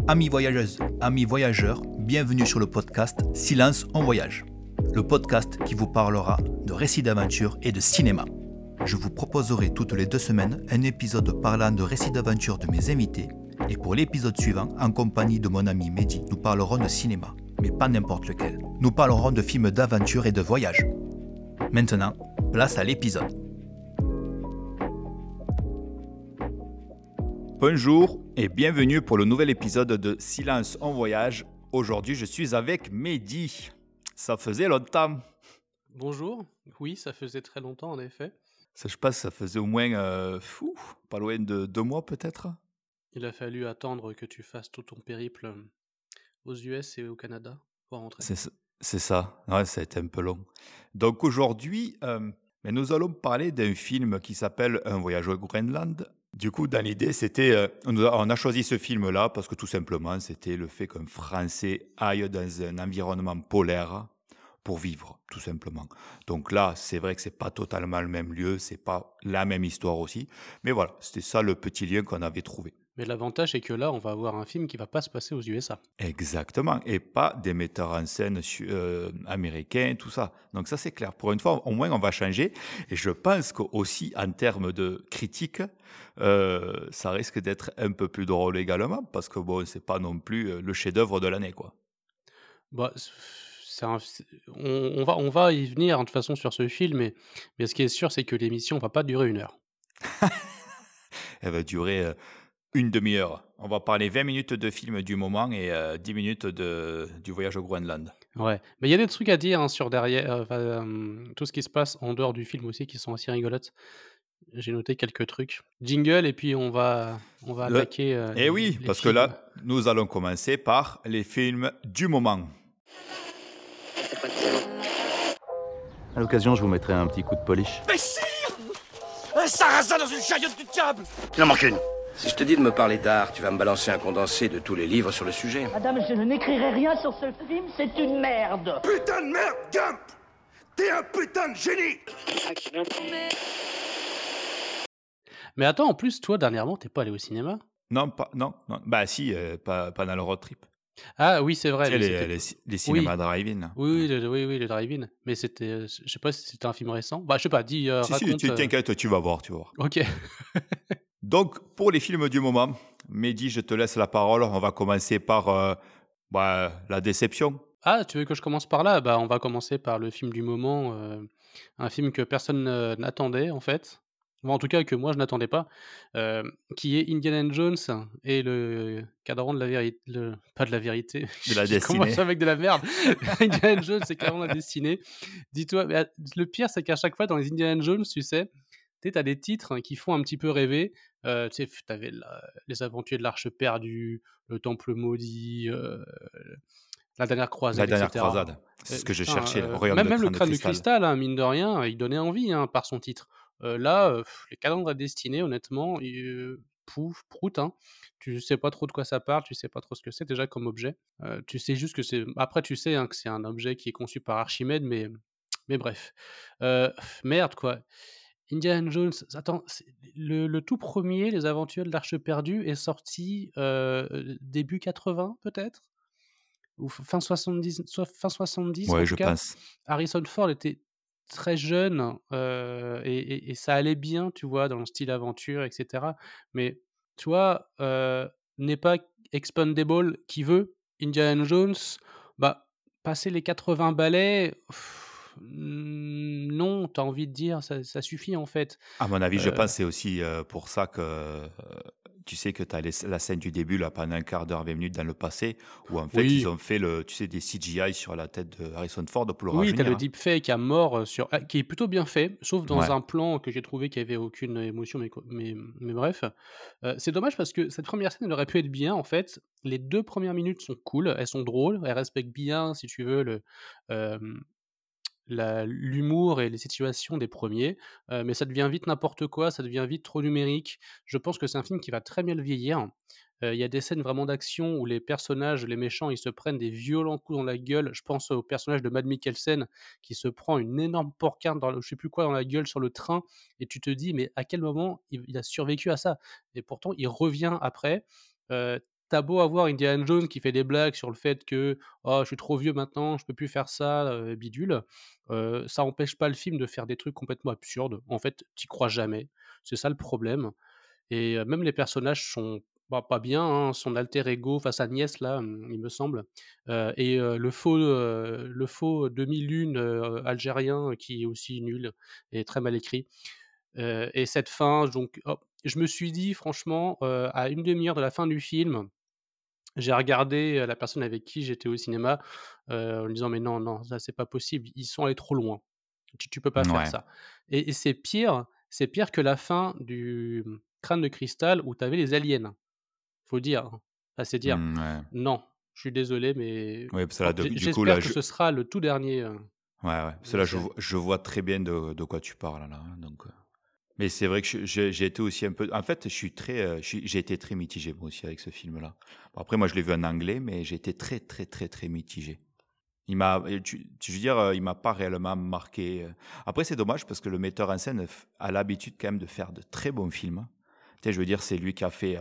Amis voyageuses, amis voyageurs, bienvenue sur le podcast Silence en voyage. Le podcast qui vous parlera de récits d'aventure et de cinéma. Je vous proposerai toutes les 2 semaines un épisode parlant de récits d'aventure de mes invités. Et pour l'épisode suivant, en compagnie de mon ami Mehdi, nous parlerons de cinéma, mais pas n'importe lequel. Nous parlerons de films d'aventure et de voyage. Maintenant, place à l'épisode. Bonjour et bienvenue pour le nouvel épisode de Silence en voyage. Aujourd'hui, je suis avec Mehdi. Ça faisait longtemps. Bonjour, oui, ça faisait très longtemps en effet. Ça, je pense, ça faisait au moins pas loin de 2 mois peut-être. Il a fallu attendre que tu fasses tout ton périple aux US et au Canada pour rentrer. C'est ça, ouais, ça a été un peu long. Donc aujourd'hui, nous allons parler d'un film qui s'appelle Un voyage au Groenland. Du coup, dans l'idée, c'était, on a choisi ce film-là parce que tout simplement, c'était le fait qu'un Français aille dans un environnement polaire pour vivre, tout simplement. Donc là, c'est vrai que c'est pas totalement le même lieu, c'est pas la même histoire aussi, mais voilà, c'était ça le petit lien qu'on avait trouvé. Mais l'avantage est que là, on va avoir un film qui va pas se passer aux USA. Exactement, et pas des metteurs en scène américains, tout ça. Donc ça, c'est clair. Pour une fois, au moins, on va changer. Et je pense qu'aussi, en termes de critique, ça risque d'être un peu plus drôle également, parce que bon, c'est pas non plus le chef-d'œuvre de l'année, quoi. Bah, on va y venir de toute façon sur ce film, mais ce qui est sûr, c'est que l'émission va pas durer 1 heure. Elle va durer une demi-heure. On va parler 20 minutes de film du moment et 10 minutes du voyage au Groenland. Ouais, mais il y a des trucs à dire hein, sur derrière, tout ce qui se passe en dehors du film aussi qui sont assez rigolotes. J'ai noté quelques trucs. Jingle et puis on va attaquer Eh oui, les parce que films. là, nous allons commencer par les films du moment. À l'occasion, je vous mettrai un petit coup de polish. Mais sire, un sarrasin dans une chariote du diable. Il en manque une. Si je te dis de me parler d'art, tu vas me balancer un condensé de tous les livres sur le sujet. Madame, je n'écrirai rien sur ce film, c'est une merde. Putain de merde, Gump. T'es un putain de génie. Mais attends, en plus, toi, dernièrement, t'es pas allé au cinéma? Non, non. Bah si, pas dans le road trip. Ah oui, c'est vrai, Tu sais, mais c'était les cinémas oui, drive-in. Là. oui, le drive-in, mais c'était, je sais pas si c'était un film récent? Bah, je sais pas, dis, Si, raconte, t'inquiète, tu vas voir. OK. Donc, pour les films du moment, Mehdi, je te laisse la parole. On va commencer par la déception. Ah, tu veux que je commence par là? Bah, on va commencer par le film du moment, un film que personne, n'attendait, en fait. Ou en tout cas que moi je n'attendais pas, qui est Indiana Jones et le cadran de la vérité, pas de la vérité, De la j'ai destinée. commencé avec de la merde. Indiana Jones et cadran de la destinée. Dis-toi, mais le pire, c'est qu'à chaque fois dans les Indiana Jones, tu sais, tu as des titres qui font un petit peu rêver. Tu sais, tu avais Les Aventures de l'Arche perdue, Le Temple maudit, La dernière La croisade, et dernière cetera. croisade. C'est ce que je Putain, cherchais, le royaume même de le crâne de Crâne de cristal. cristal, hein, mine de rien, il donnait envie, hein, par son titre. Là, Les Calendes de la destinée, honnêtement, pouf, prout, hein. Tu sais pas trop de quoi ça parle, tu sais pas trop ce que c'est déjà comme objet. Tu sais juste que c'est après tu sais, hein, que c'est un objet qui est conçu par Archimède, mais bref. Merde, quoi. Indiana Jones, attends, c'est le tout premier, Les Aventures de l'Arche perdue, est sorti, début 80 peut-être? Ou fin 70, soit fin 70 en Ouais, tout je cas. pense. Harrison Harrison Ford était très jeune, et ça allait bien, tu vois, dans le style aventure et cetera. Mais tu vois, n'est pas Expendable qui veut. Indiana Jones, bah, passer les 80 balais, non, tu as envie de dire, ça suffit en fait. À mon avis, je Heu pense que c'est aussi pour ça que tu sais que tu as la scène du début, là, pendant un quart d'heure, 20 minutes dans le passé, où en fait, ils oui. ont fait tu sais, des CGI sur la tête de Harrison Ford pour le Oui, tu as rajeunir. le Hein. deepfake à mort, qui est plutôt bien fait, sauf dans Ouais. un plan que j'ai trouvé qui avait aucune émotion, mais bref. C'est dommage parce que cette première scène, elle aurait pu être bien, en fait. Les 2 premières minutes sont cool, elles sont drôles, elles respectent bien, si tu veux, hem, l'humour et les situations des premiers, mais ça devient vite n'importe quoi, ça devient vite trop numérique. Je pense que c'est un film qui va très bien le vieillir. Il y a des scènes vraiment d'action où les personnages, les méchants, ils se prennent des violents coups dans la gueule. Je pense au personnage de Mads Mikkelsen qui se prend une énorme porcane dans le je sais plus quoi dans la gueule sur le train et tu te dis: «Mais à quel moment il a survécu à ça?» Et pourtant il revient après. tu beau avoir Indiana Jones qui fait des blagues sur le fait que: «Oh, je suis trop vieux maintenant, je peux plus faire ça, bidule», ça empêche pas le film de faire des trucs complètement absurdes. En fait, tu crois jamais. C'est ça le problème et même les personnages sont, bah, pas bien, hein. Son alter ego, enfin sa nièce là, il me semble, et le faux demi-lune, algérien qui est aussi nul et très mal écrit. Et cette fin donc hop, je me suis dit franchement, à une demi heure de la fin du film, j'ai regardé, la personne avec qui j'étais au cinéma, en lui disant: «Mais non, non, ça c'est pas possible, ils sont allés trop loin. Tu peux pas faire Ouais. ça» et c'est pire que la fin du, Crâne de cristal où tu avais les aliens. Faut dire, hein. Enfin, c'est dire. Ouais. Non, je suis désolé mais Ouais, parce que bon, là, du coup, j'espère là, que ce sera le tout dernier, ouais, ouais, parce que de la là, série. je vois très bien de quoi tu parles, là, hein, donc mais c'est vrai que j'ai été aussi un peu en fait, je suis très, j'ai été très mitigé, moi aussi, avec ce film-là. Bon, après, moi, je l'ai vu en anglais, mais j'ai été très, très, très, très mitigé. Il m'a je veux dire, il m'a pas réellement marqué, Après, c'est dommage parce que le metteur en scène a l'habitude quand même de faire de très bons films, hein. Tu sais, je veux dire, c'est lui qui a fait,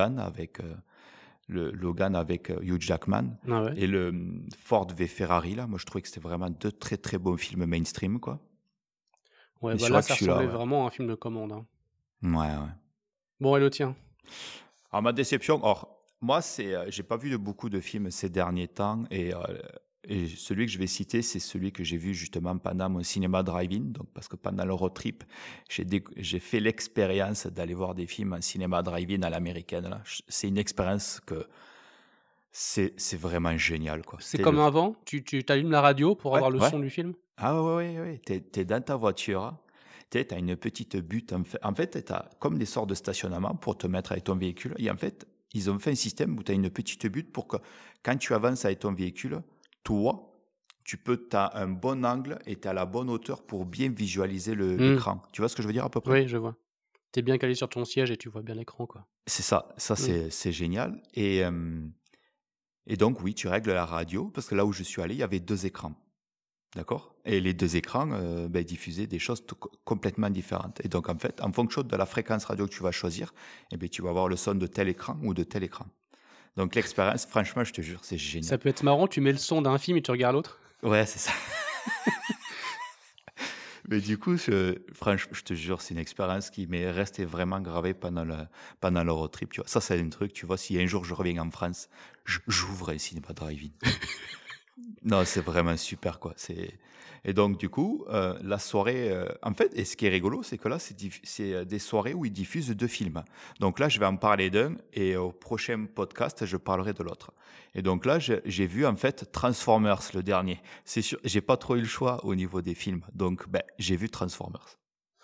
Logan avec, Hugh Jackman Ah ouais? et Ford v Ferrari là, moi je trouvais que c'était vraiment 2 très, très bons films mainstream quoi. Ouais, Et bah, c'est là, vrai que ça celui-là, ressemblait ouais. vraiment à un film de commande, hein. Ouais, ouais. Bon et le tien? Alors ma déception, or moi c'est, j'ai pas vu de beaucoup de films ces derniers temps et celui que je vais citer, c'est celui que j'ai vu justement pendant mon cinéma drive-in, donc parce que pendant le road trip, j'ai fait l'expérience d'aller voir des films en cinéma drive-in à l'américaine là. C'est une expérience que c'est vraiment génial quoi. C'est Tu sais le comme f avant? Tu allumes la radio pour Ouais, avoir le ouais. son du film? Ah ouais, ouais, ouais, ouais. Tu dans ta voiture, tu sais, une petite butte en fait, tu comme des sortes de stationnement pour te mettre avec ton véhicule et en fait, ils ont fait un système où tu as une petite butte pour que quand tu avances avec ton véhicule, toi, tu as un bon angle et tu as la bonne hauteur pour bien visualiser Mmh. l'écran. Tu vois ce que je veux dire à peu près? Oui, je vois. Tu es bien calé sur ton siège et tu vois bien l'écran, quoi. C'est ça, ça Mmh. c'est génial et donc oui, tu règles la radio parce que là où je suis allé, il y avait 2 écrans. D'accord? Et les 2 écrans, diffusaient des choses tout complètement différentes et donc en fait, en fonction de la fréquence radio que tu vas choisir tu vas avoir le son de tel écran ou de tel écran. Donc l'expérience, franchement, je te jure, c'est Ça génial. peut être marrant, tu mets le son d'un film et tu regardes l'autre. Ouais, c'est ça. Mais du coup, franchement, je te jure, c'est une expérience qui m'est restée vraiment gravée pendant le road trip, tu vois? Ça, c'est un truc, tu vois, si un jour je reviens en France, j'ouvre un cinéma drive-in. Non, c'est vraiment super, quoi. Et donc du coup, la soirée, en fait et ce qui est rigolo, c'est que là, des soirées où ils diffusent 2 films. Donc là, je vais en parler d'un et au prochain podcast, je parlerai de l'autre. Et donc là, j'ai vu, en fait, Transformers, le dernier. C'est sûr, j'ai pas trop eu le choix au niveau des films, donc j'ai vu Transformers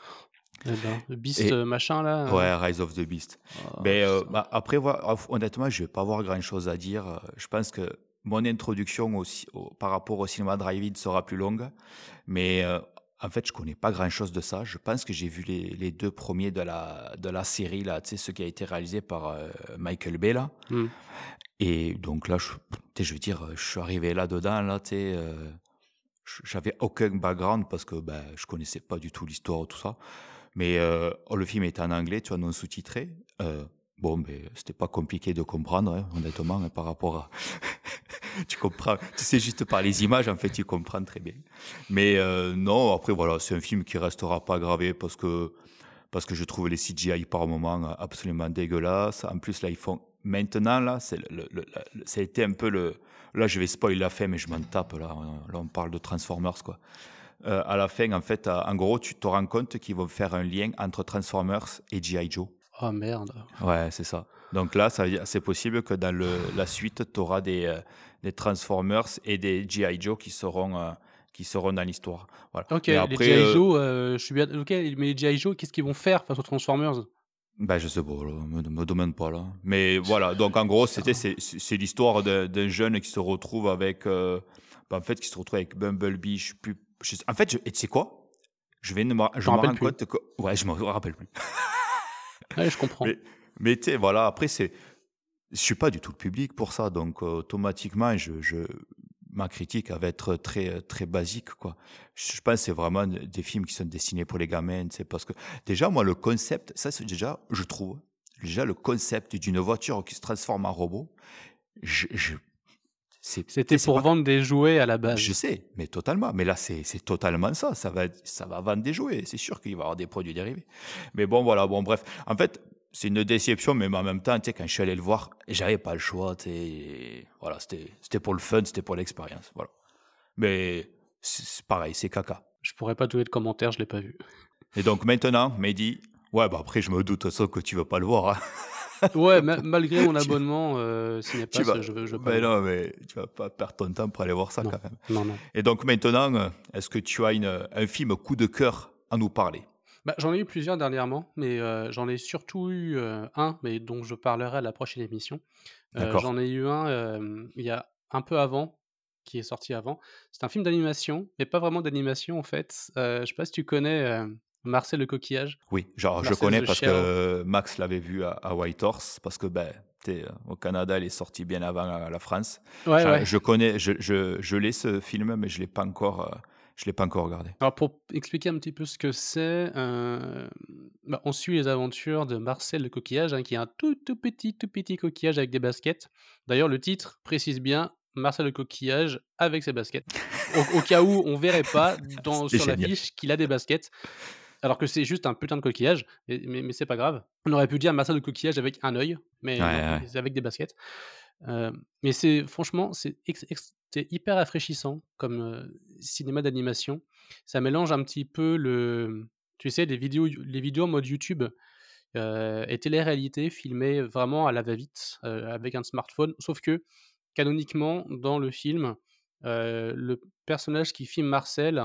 Eh ben, le Beast, et machin là, ouais, Rise of the Beast. oh putain. Après voi honnêtement, je vais pas avoir grand-chose à dire, je pense que mon introduction par rapport au cinéma drive-in sera plus longue, mais en fait, je connais pas grand-chose de ça. Je pense que j'ai vu les 2 premiers de la série là, tu sais, ceux qui a été réalisé par, Michael Bay là Mmh. et donc là, tu sais, je veux dire, je suis arrivé là-dedans là, tu sais, j'avais aucun background parce que, je connaissais pas du tout l'histoire, tout ça. Mais le film était en anglais, tu vois, non sous-titré. Bon, c'était pas compliqué de comprendre, hein, honnêtement, hein, par rapport à tu comprends, tu sais juste par les images, en fait, tu comprends très bien. Mais non, après voilà, c'est un film qui restera pas gravé parce que je trouve les CGI par moments absolument dégueulasses. En plus, là, ils font maintenant, là, c'est ça a été un peu le là, je vais spoiler la fin, mais je m'en tape, là. Là, on parle de Transformers, quoi. À la fin, en fait, en gros, tu te rends compte qu'ils vont faire un lien entre Transformers et G.I. Joe. Oh merde. Ouais, c'est ça. Donc là, c'est possible que dans la suite, tu auras des Transformers et des G.I. Joe qui seront dans l'histoire. Voilà. OK, Mais les après, G.I. Joe, je suis bien OK, mais les G.I. Joe, qu'est-ce qu'ils vont faire face aux Transformers? je sais pas, là, me demande pas là. Mais voilà, donc en gros, Putain, c'est l'histoire d'un jeune qui se retrouve avec, qui se retrouve avec Bumblebee. Je sais plus, en fait, et tu sais quoi? tu Je t'en me rappelles rends plus? compte que, ouais, je me rappelle plus. Ouais, je comprends. Mais, mais tu sais, voilà, après, je suis pas du tout le public pour ça, donc automatiquement, ma critique elle va être très, très basique, quoi. Je pense que c'est vraiment des films qui sont destinés pour les gamins, tu sais, parce que déjà, moi, le concept, ça, c'est déjà, je trouve, déjà le concept d'une voiture qui se transforme en robot, je, je- C'était c'est pour pas. vendre des jouets à la Je base. sais, mais totalement. Mais là, c'est totalement ça. Ça va vendre des jouets. C'est sûr qu'il va y avoir des produits dérivés. Mais bon, voilà. Bon, bref. En fait, c'est une déception, mais en même temps, tu sais, quand je suis allé le voir, j'avais pas le choix. Tu sais. Voilà, c'était pour le fun, c'était pour l'expérience. Voilà. Mais c'est pareil, c'est caca. Je pourrais pas donner de commentaires, je l'ai pas vu. Et donc maintenant, Mehdi, ouais, bah après, je me doute ça que tu veux pas le voir. Ouais, malgré mon Tu, abonnement tu Cinépass, vas, je veux pas le mais voir. non, mais tu vas pas perdre ton temps pour aller voir ça Non, quand même. non, non. Et donc maintenant, est-ce que tu as un film coup de cœur à nous parler? Bah, j'en ai eu plusieurs dernièrement, mais j'en ai surtout eu, un, mais dont je parlerai à la prochaine émission. D'accord. J'en ai eu un, il y a un peu avant, qui est sorti avant. C'est un film d'animation, mais pas vraiment d'animation en fait. Je sais pas si tu connais, Marcel le coquillage? Oui, genre je Marcel connais the parce Shell. que Max l'avait vu à Whitehorse, parce que ben, au Canada, il est sorti bien avant la France. Ouais, ouais. Je connais, je l'ai ce film, mais je l'ai pas encore regardé. Alors pour expliquer un petit peu ce que c'est, bah, on suit les aventures de Marcel le coquillage, hein, qui est un tout petit coquillage avec des baskets. D'ailleurs, le titre précise bien Marcel le coquillage avec ses baskets. Au cas où on verrait pas C'est sur génial. l'affiche qu'il a des baskets, alors que c'est juste un putain de coquillage, mais c'est pas grave. On aurait pu dire Marcel le coquillage avec un œil, Ouais, mais non, ouais. c'est avec des baskets. Mais c'est franchement, c'est hyper rafraîchissant comme, cinéma d'animation. Ça mélange un petit peu tu sais, les vidéos en mode YouTube, et télé-réalité filmées vraiment à la va-vite, avec un smartphone. Sauf que, canoniquement, dans le film, le personnage qui filme Marcel,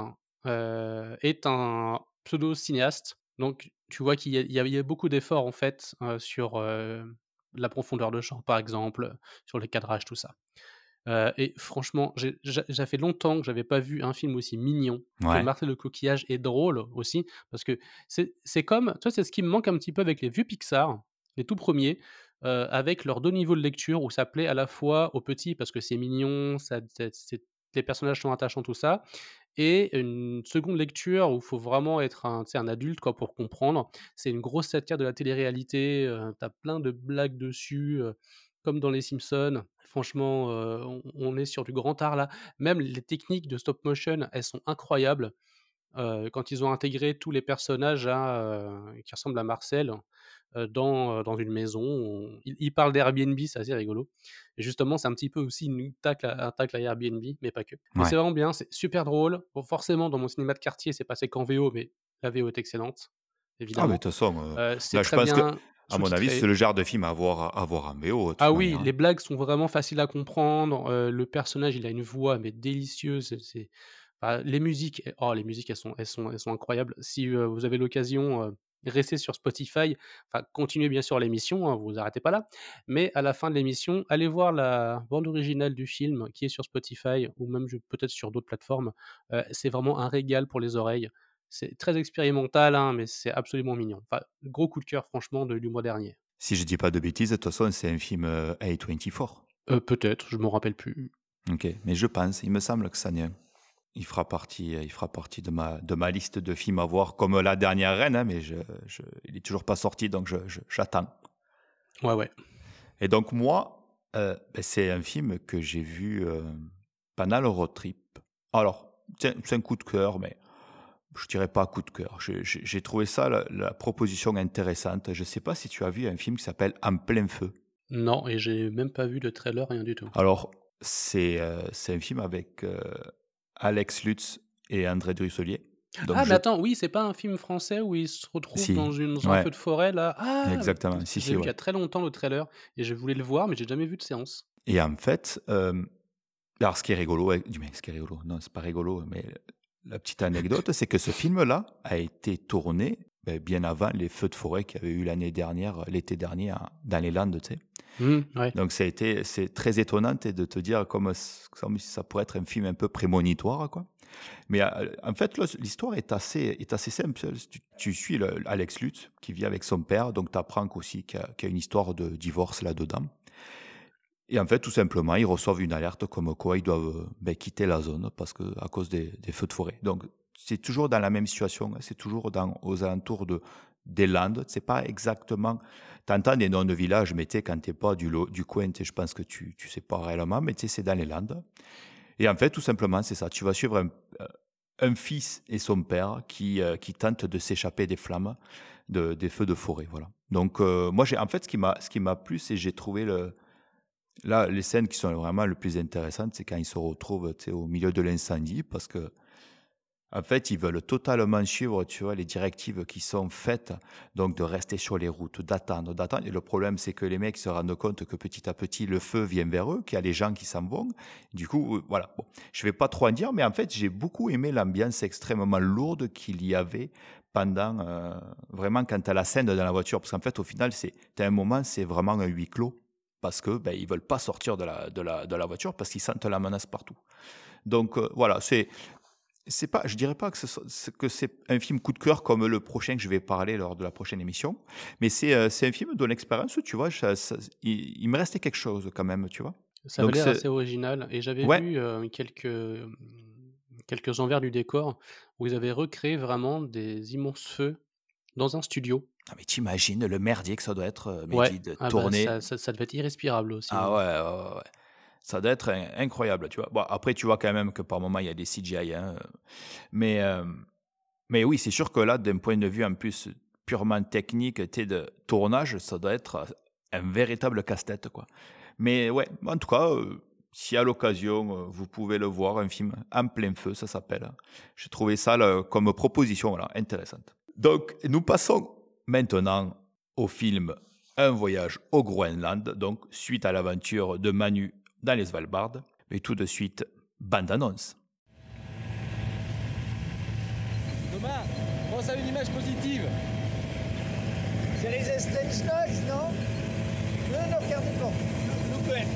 est un pseudo-cinéaste. Donc tu vois qu'il y a beaucoup d'efforts en fait, sur, la profondeur de champ par exemple, sur le cadrage, tout ça. Et franchement, ça fait longtemps que j'avais pas vu un film aussi mignon, que Ouais. Marcel le coquillage est drôle aussi, parce que c'est comme tu vois, c'est ce qui me manque un petit peu avec les vieux Pixar, les tout premiers, avec leurs 2 niveaux de lecture où ça plaît à la fois aux petits parce que c'est mignon, ça c'est les personnages sont attachants, tout ça, et une seconde lecture où il faut vraiment être un, tu sais, un adulte quoi pour comprendre. C'est une grosse satire de la télé-réalité, tu plein de blagues dessus, comme dans les Simpsons. Franchement, on est sur du grand art là. Même les techniques de stop motion, elles sont incroyables. Quand ils ont intégré tous les personnages à, qui ressemblent à Marcel, dans une maison, ils parlent d'Airbnb, c'est assez rigolo et justement, c'est un petit peu aussi une un tacle à Airbnb, mais pas que. Mais c'est Ouais. vraiment bien, c'est super drôle. Bon, forcément, dans mon cinéma de quartier, c'est passé qu'en VO, mais la VO est excellente, Ah, mais de évidemment. toute façon, C'est là, je très pense que, bien à mon avis, c'est sous-titré. le genre de film à voir en VO, de Ah toute oui, manière, les hein. blagues sont vraiment faciles à comprendre, le personnage, il a une voix mais délicieuse, les musiques, les musiques elles sont incroyables. Si, vous avez l'occasion, restez sur Spotify, enfin continuez bien sûr l'émission, hein, vous arrêtez pas là, mais à la fin de l'émission, allez voir la bande originale du film qui est sur Spotify ou même je peut-être sur d'autres plateformes. C'est vraiment un régal pour les oreilles. C'est très expérimental, hein, mais c'est absolument mignon. Enfin, gros coup de cœur franchement du mois dernier. Si je dis pas de bêtises, de toute façon, c'est un film A24. Peut-être, je m'en rappelle plus. Ok, mais je pense, il me semble que ça n'y est. Il fera partie de ma liste de films à voir, comme La Dernière Reine, hein, mais il est toujours pas sorti, donc j'attends. Ouais, ouais. Et donc moi, ben, c'est un film que j'ai vu pendant le road trip. Alors, tiens, c'est un coup de cœur, mais je dirais pas coup de cœur. J'ai trouvé ça, la proposition intéressante. Je sais pas si tu as vu un film qui s'appelle En plein feu. Non et j'ai même pas vu de trailer, rien du tout. Alors, c'est un film avec Alex Lutz et André Dussolier. Donc Ah mais attends, oui, c'est pas un film français où ils se retrouvent si, dans un ouais, feu de forêt là? Ah! exactement. Si, Je l'ai si, vu il y ouais. a très longtemps le trailer et je voulais le voir, mais j'ai jamais vu de séance. Et en fait, alors ce qui est rigolo, du moins ce qui est rigolo, non, c'est pas rigolo, mais la petite anecdote, c'est que ce film-là a été tourné ben, bien avant les feux de forêt qu'il y avait eu l'été dernier, dans les Landes, tu sais. Ouais. Donc c'est très étonnant de te dire comme si ça pourrait être un film un peu prémonitoire, quoi. Mais en fait, là, l'histoire est assez simple. Tu suis Alex Lutz qui vit avec son père, donc tu apprends aussi qu'il y a une histoire de divorce là-dedans. Et en fait, tout simplement, ils reçoivent une alerte comme quoi ils doivent ben, quitter la zone à cause des feux de forêt. Donc, c'est toujours dans la même situation, hein. C'est toujours aux alentours des Landes. C'est pas exactement. T'entends des noms de villages, mais tu sais, quand t'es pas du coin, tu sais, je pense que tu sais pas réellement, mais tu sais, c'est dans les Landes. Et en fait, tout simplement, c'est ça. Tu vas suivre un fils et son père qui tentent de s'échapper des flammes, des feux de forêt. Voilà. Donc, moi, en fait, ce qui m'a plu, c'est que j'ai trouvé là, les scènes qui sont vraiment le plus intéressantes, c'est quand ils se retrouvent, tu sais, au milieu de l'incendie, parce que en fait, ils veulent totalement suivre, tu vois, les directives qui sont faites, donc de rester sur les routes, d'attendre, d'attendre. Et le problème, c'est que les mecs se rendent compte que petit à petit, le feu vient vers eux, qu'il y a les gens qui s'en vont. Du coup, voilà. Bon, je vais pas trop en dire, mais en fait, j'ai beaucoup aimé l'ambiance extrêmement lourde qu'il y avait pendant, vraiment, quand tu as la scène dans la voiture. Parce qu'en fait, au final, t'as un moment, c'est vraiment un huis clos. Parce que ben, ils veulent pas sortir de la voiture parce qu'ils sentent la menace partout. Donc voilà, c'est pas, je dirais pas que c'est un film coup de cœur comme le prochain que je vais parler lors de la prochaine émission, mais c'est un film dont l'expérience, tu vois, il me restait quelque chose quand même, tu vois. Ça avait Donc l'air c'est assez original et j'avais ouais, vu, quelques envers du décor où ils avaient recréé vraiment des immenses feux dans un studio. non mais t'imagines le merdier que ça doit être, Ouais, Mehdi, de ah bah, tourner. ça devait être irrespirable aussi, Ah hein. ouais, ouais, ouais, ouais. Ça doit être incroyable, tu vois. Bon, après, tu vois quand même que par moment il y a des CGI, hein, mais mais oui, c'est sûr que là, d'un point de vue en plus purement technique, tu sais, de tournage, ça doit être un véritable casse-tête, quoi. Mais ouais, en tout cas, si à l'occasion, vous pouvez le voir, un film en plein feu, ça s'appelle. J'ai trouvé ça comme proposition, voilà, intéressante. Donc, nous passons maintenant au film Un voyage au Groenland, donc suite à l'aventure de Manu dans les Svalbard. Mais tout de suite, bande-annonce. Thomas, pense à une image positive. C'est les Strange Noise, non? Non, regardez pas. S'il vous plaît.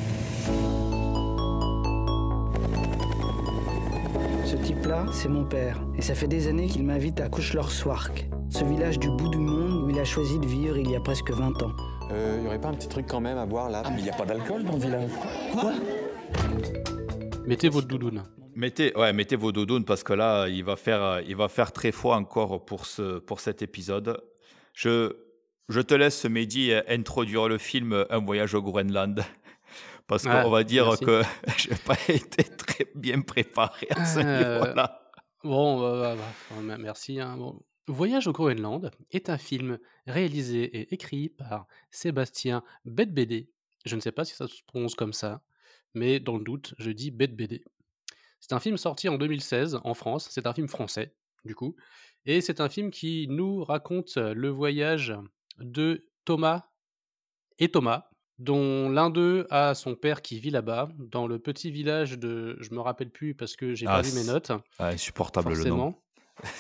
Ce type-là, c'est mon père. Et ça fait des années qu'il m'invite à Kuchlorswark, ce village du bout du monde où il a choisi de vivre il y a presque 20 ans. Y aurait pas un petit truc quand même à boire là? Ah mais y a pas d'alcool dans le village. Quoi? Mettez votre doudoune. Mettez vos doudounes parce que là, il va faire très froid encore pour cet épisode. Je te laisse, Mehdi, introduire le film Un voyage au Groenland. Parce qu'on Ah, va dire merci. que je n'ai pas été très bien préparé à ce Heu, niveau-là. bon, merci, hein. Bon, Voyage au Groenland est un film réalisé et écrit par Sébastien Bedbédé. Je ne sais pas si ça se prononce comme ça, mais dans le doute, je dis Bedbédé. C'est un film sorti en 2016 en France, c'est un film français, du coup, et c'est un film qui nous raconte le voyage de Thomas et Thomas, dont l'un d'eux a son père qui vit là-bas, dans le petit village de je me rappelle plus parce que j'ai Ah, perdu mes notes, insupportable le nom. forcément.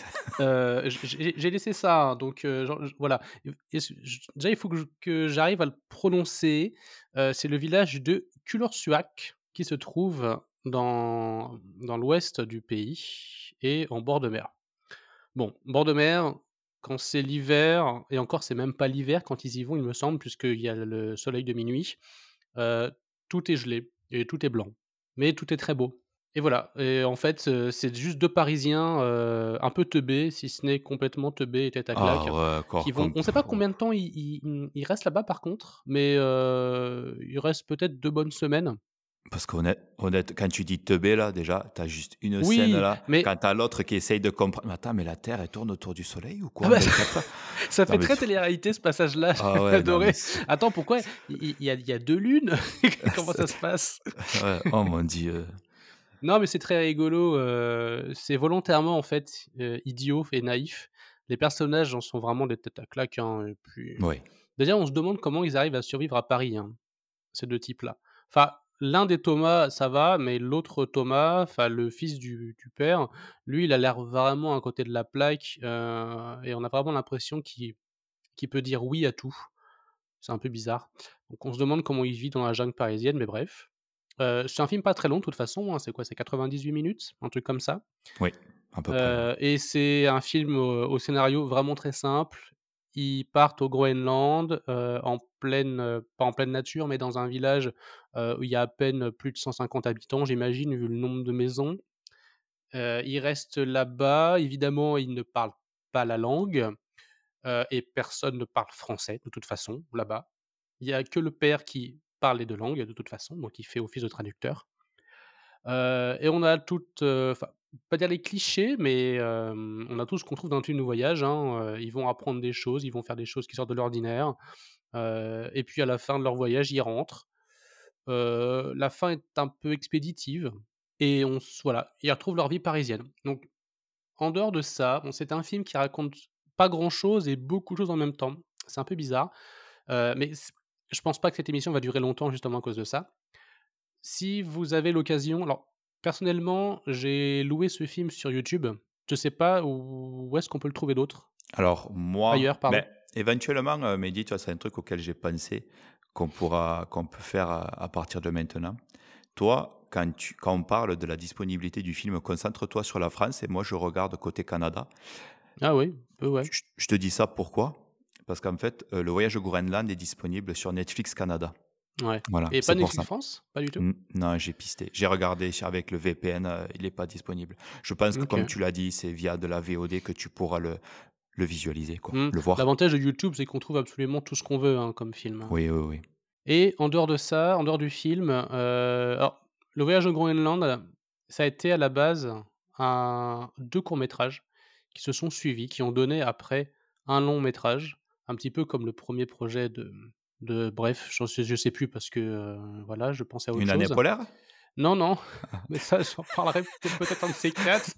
J'ai laissé ça, hein, donc genre, voilà. Et déjà, il faut que j'arrive à le prononcer. C'est le village de Kulorsuaq qui se trouve dans l'ouest du pays et en bord de mer. Bon, bord de mer, quand c'est l'hiver et encore, c'est même pas l'hiver quand ils y vont, il me semble, puisqu'il y a le soleil de minuit, heu, tout est gelé et tout est blanc, mais tout est très beau et voilà et en fait, c'est juste 2 Parisiens, un peu teubés, si ce n'est complètement teubés et tête à Ah claque, ouais, qui encore vont comme. on ne sait pas combien de temps ils restent là-bas par contre, mais ils restent peut-être 2 bonnes semaines. Parce qu'honnête, quand tu dis teubé, là, déjà, tu as juste une scène, Oui, là, mais quand tu as l'autre qui essaye de comprendre. Mais attends, mais la Terre, elle tourne autour du Soleil ou ah quoi en bah 24 heures? ça Non, fait mais très télé-réalité ce passage-là, ah j'ai ouais, non, mais adoré. Attends, pourquoi il y a 2 lunes? Comment ça se passe? ouais, oh mon Dieu. Non, mais c'est très rigolo, c'est volontairement, en fait, idiot et naïf. Les personnages en sont vraiment des têtes à claques, hein et puis Oui. déjà, on se demande comment ils arrivent à survivre à Paris, hein, ces 2 types-là. Enfin, l'un des Thomas, ça va, mais l'autre Thomas, enfin le fils du père, lui, il a l'air vraiment à côté de la plaque, et on a vraiment l'impression qu'il peut dire oui à tout. C'est un peu bizarre. Donc on se demande comment il vit dans la jungle parisienne, mais bref. C'est un film pas très long de toute façon, hein, c'est quoi? C'est 98 minutes? Un truc comme ça. Oui, à peu près, ouais. Et c'est un film au scénario vraiment très simple. Ils partent au Groenland, en pleine, pas en pleine nature, mais dans un village, où il y a à peine plus de 150 habitants, j'imagine, vu le nombre de maisons. Ils restent là-bas. Évidemment, ils ne parlent pas la langue. et personne ne parle français de toute façon là-bas. Il y a que le père qui parle les 2 langues de toute façon, donc il fait office de traducteur. Et on a toutes, enfin, pas dire les clichés, mais on a tout ce qu'on trouve dans un film de voyage, hein, ils vont apprendre des choses, ils vont faire des choses qui sortent de l'ordinaire, et puis à la fin de leur voyage, ils rentrent. La fin est un peu expéditive et on s voilà, ils retrouvent leur vie parisienne. Donc en dehors de ça, bon, c'est un film qui raconte pas grand-chose et beaucoup de choses en même temps. C'est un peu bizarre, mais je pense pas que cette émission va durer longtemps justement à cause de ça. Si vous avez l'occasion, alors personnellement, j'ai loué ce film sur YouTube. Je sais pas où est-ce qu'on peut le trouver d'autre? Alors moi, Ailleurs, pardon. éventuellement, Mehdi, tu vois, c'est un truc auquel j'ai pensé, qu'on peut faire à partir de maintenant. Toi, quand on parle de la disponibilité du film, concentre-toi sur la France et moi je regarde côté Canada. Ah oui, ouais. Je te dis ça pourquoi? Parce qu'en fait, Le Voyage au Groenland est disponible sur Netflix Canada. Ouais, Voilà, et pas c'est pour ça. Netflix France? Pas du tout? Non, j'ai pisté. J'ai regardé avec le VPN, il n'est pas disponible. Je pense que comme OK. tu l'as dit, c'est via de la VOD que tu pourras le visualiser, quoi, Mmh. le voir. L'avantage de YouTube, c'est qu'on trouve absolument tout ce qu'on veut, hein, comme film, hein. Oui, oui, oui. Et en dehors de ça, en dehors du film, alors Le Voyage au Groenland, ça a été à la base 2 courts-métrages qui se sont suivis, qui ont donné après un long métrage, un petit peu comme le premier projet de bref, je sais plus parce que, voilà, je pensais à autre Une année chose. polaire? Non, non, mais ça j'en parlerai peut-être un de ces 4.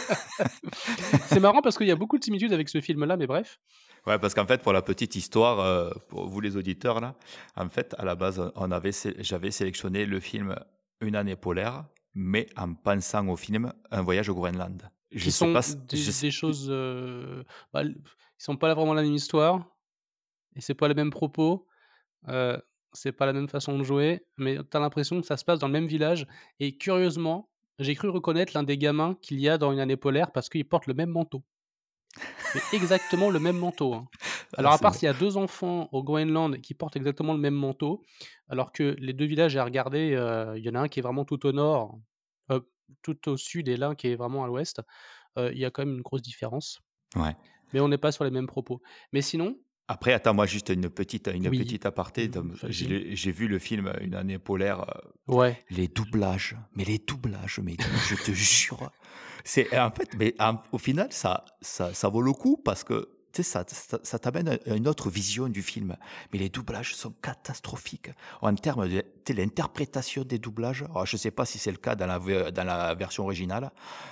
C'est marrant parce qu'il y a beaucoup de similitudes avec ce film-là, mais bref. Ouais, parce qu'en fait, pour la petite histoire, pour vous les auditeurs là, en fait, à la base, j'avais sélectionné le film Une année polaire, mais en pensant au film Un voyage au Groenland. Je Qui sais sont pas s je sais des choses, bah, l ils sont pas vraiment la même histoire et c'est pas les mêmes propos, heu, c'est pas la même façon de jouer, mais tu as l'impression que ça se passe dans le même village et curieusement, j'ai cru reconnaître l'un des gamins qu'il y a dans Une année polaire parce qu'il porte le même manteau. Mais exactement le même manteau, hein. ah, Alors à c'est part s'il y a 2 enfants au Groenland qui portent exactement le même manteau, alors que les 2 villages à regarder, il y en a un qui est vraiment tout au nord, tout au sud et l'un qui est vraiment à l'ouest, il y a quand même une grosse différence. ouais. Mais on n'est pas sur les mêmes propos. Mais sinon Après, attends, moi, juste une oui, petite aparté. vas-y. J'ai vu le film Une année polaire. Ouais. Les doublages, mais je te jure, c'est en fait, au final, ça vaut le coup parce que tu sais, ça t'amène à une autre vision du film. Mais les doublages sont catastrophiques en termes de, tu sais, l'interprétation des doublages. Alors, je sais pas si c'est le cas dans la version originale,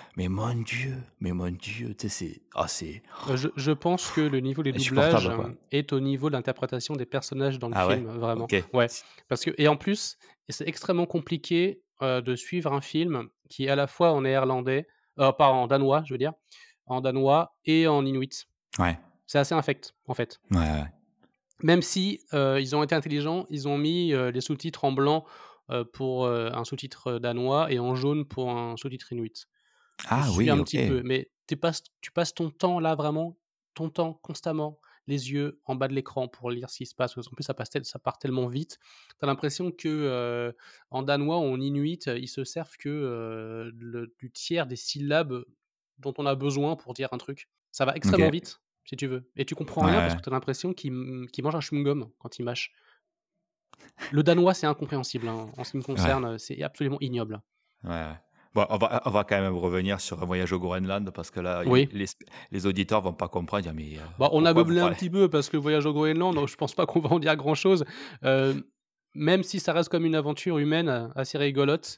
mais mon Dieu, tu sais, c'est Je pense que le niveau des doublages, insupportable, quoi. est au niveau de l'interprétation des personnages dans le Ah ouais? film, vraiment. Ok. Ouais, parce que et en plus, c'est extrêmement compliqué, de suivre un film qui est à la fois en néerlandais, pas en danois, je veux dire, en danois et en inuit. Ouais. C'est assez infect, en fait. Ouais, ouais. Même si, ils ont été intelligents, ils ont mis, les sous-titres en blanc, pour, un sous-titre, danois et en jaune pour un sous-titre inuit. Tu Ah suis oui, un ok. petit peu, mais tu passes ton temps là vraiment, ton temps constamment, les yeux en bas de l'écran pour lire ce qui se passe, parce qu'en plus ça part tellement vite. Tu as l'impression que, en danois ou en inuit, ils se servent que, du tiers des syllabes dont on a besoin pour dire un truc. Ça va extrêmement Ok. vite, si tu veux, et tu comprends Ouais, rien parce ouais. que tu as l'impression qu'ils mangent un chewing-gum quand ils mâchent. Le danois, c'est incompréhensible, hein, en ce qui me Ouais. concerne, c'est absolument ignoble. Ouais, ouais. Bon, on va quand même revenir sur un voyage au Groenland parce que là, Oui. les auditeurs vont pas comprendre. Dire, mais Bah, on a pourquoi vous meublé un parlez? petit peu parce que le voyage au Groenland, je pense pas qu'on va en dire grand-chose. Hem, Même si ça reste comme une aventure humaine, assez rigolote.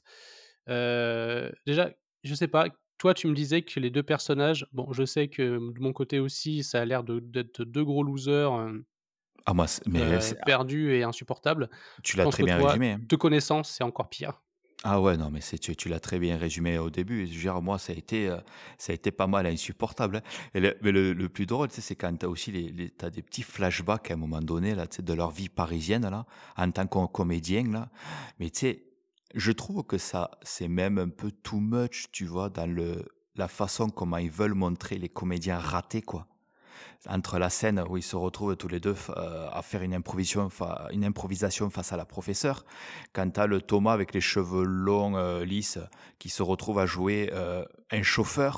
Déjà, je sais pas, toi, tu me disais que les 2 personnages, bon, je sais que de mon côté aussi, ça a l'air d'être 2 gros losers, Ah, moi, perdus et insupportables. tu Je l'as pense très que bien toi, résumé, hein. te connaissant, c'est encore pire. Ah ouais, non, mais tu l'as très bien résumé au début. Je veux dire, moi, ça a été pas mal insupportable, hein. Mais le plus drôle, tu sais, c'est quand tu as aussi t'as des petits flashbacks à un moment donné, là, tu sais, de leur vie parisienne, là, en tant que comédien, là. Mais tu sais, je trouve que ça, c'est même un peu too much, tu vois, dans la façon comment ils veulent montrer les comédiens ratés, quoi. Entre la scène où ils se retrouvent tous les deux à faire une improvisation face à la professeure, quand tu as le Thomas avec les cheveux longs, lisses, qui se retrouve à jouer un chauffeur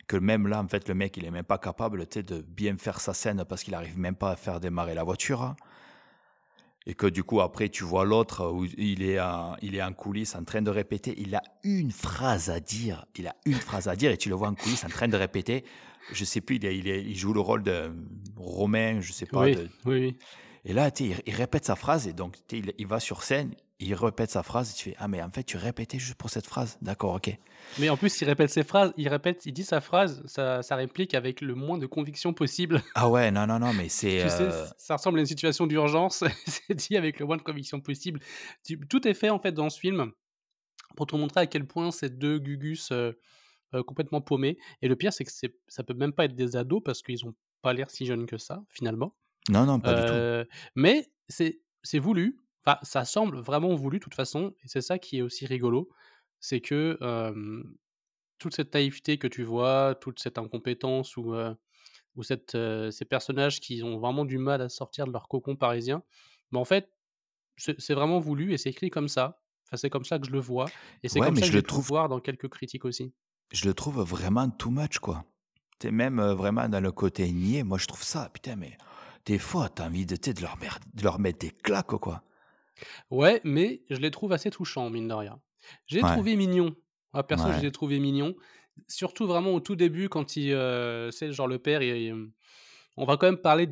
que même là, en fait, le mec, il est même pas capable, tu sais, de bien faire sa scène parce qu'il arrive même pas à faire démarrer la voiture, hein. Et que du coup, après, tu vois l'autre où il est en coulisses en train de répéter. Il a une phrase à dire. Il a une phrase à dire et tu le vois en coulisses en train de répéter. Je sais plus, il joue le rôle de Romain, je sais pas. Oui, oui, oui. Et là, tu sais, il répète sa phrase et donc tu sais, il va sur scène, il répète sa phrase et tu fais ah mais en fait tu répétais juste pour cette phrase. D'accord, ok. Mais en plus, il répète ses phrases, il dit sa phrase, sa réplique avec le moins de conviction possible. Ah ouais, non, non, non, mais c'est Tu sais, ça ressemble à une situation d'urgence, c'est dit avec le moins de conviction possible. Tout est fait, en fait, dans ce film pour te montrer à quel point ces 2 Gugus, complètement paumés et le pire, c'est que ça peut même pas être des ados parce qu'ils ont pas l'air si jeunes que ça, finalement. non, non, pas du tout. Mais c'est voulu, enfin, ça semble vraiment voulu, de toute façon et c'est ça qui est aussi rigolo. C'est que, toute cette naïveté que tu vois, toute cette incompétence ou ces personnages qui ont vraiment du mal à sortir de leur cocon parisien, mais en fait, c'est vraiment voulu et c'est écrit comme ça. Enfin, c'est comme ça que je le vois et c'est Ouais, comme mais ça que j'ai pu le voir dans quelques critiques aussi. je le trouve vraiment too much, quoi. Tu même vraiment dans le côté niais, moi je trouve ça, putain, mais des fois, t'as envie de, tu sais, de leur mettre des claques, quoi. Ouais, mais je les trouve assez touchants, mine de rien. Je les ai Ouais, trouvés mignons. Moi, perso, je les ouais, ai trouvés mignons. Surtout vraiment au tout début quand c'est genre le père, on va quand même parler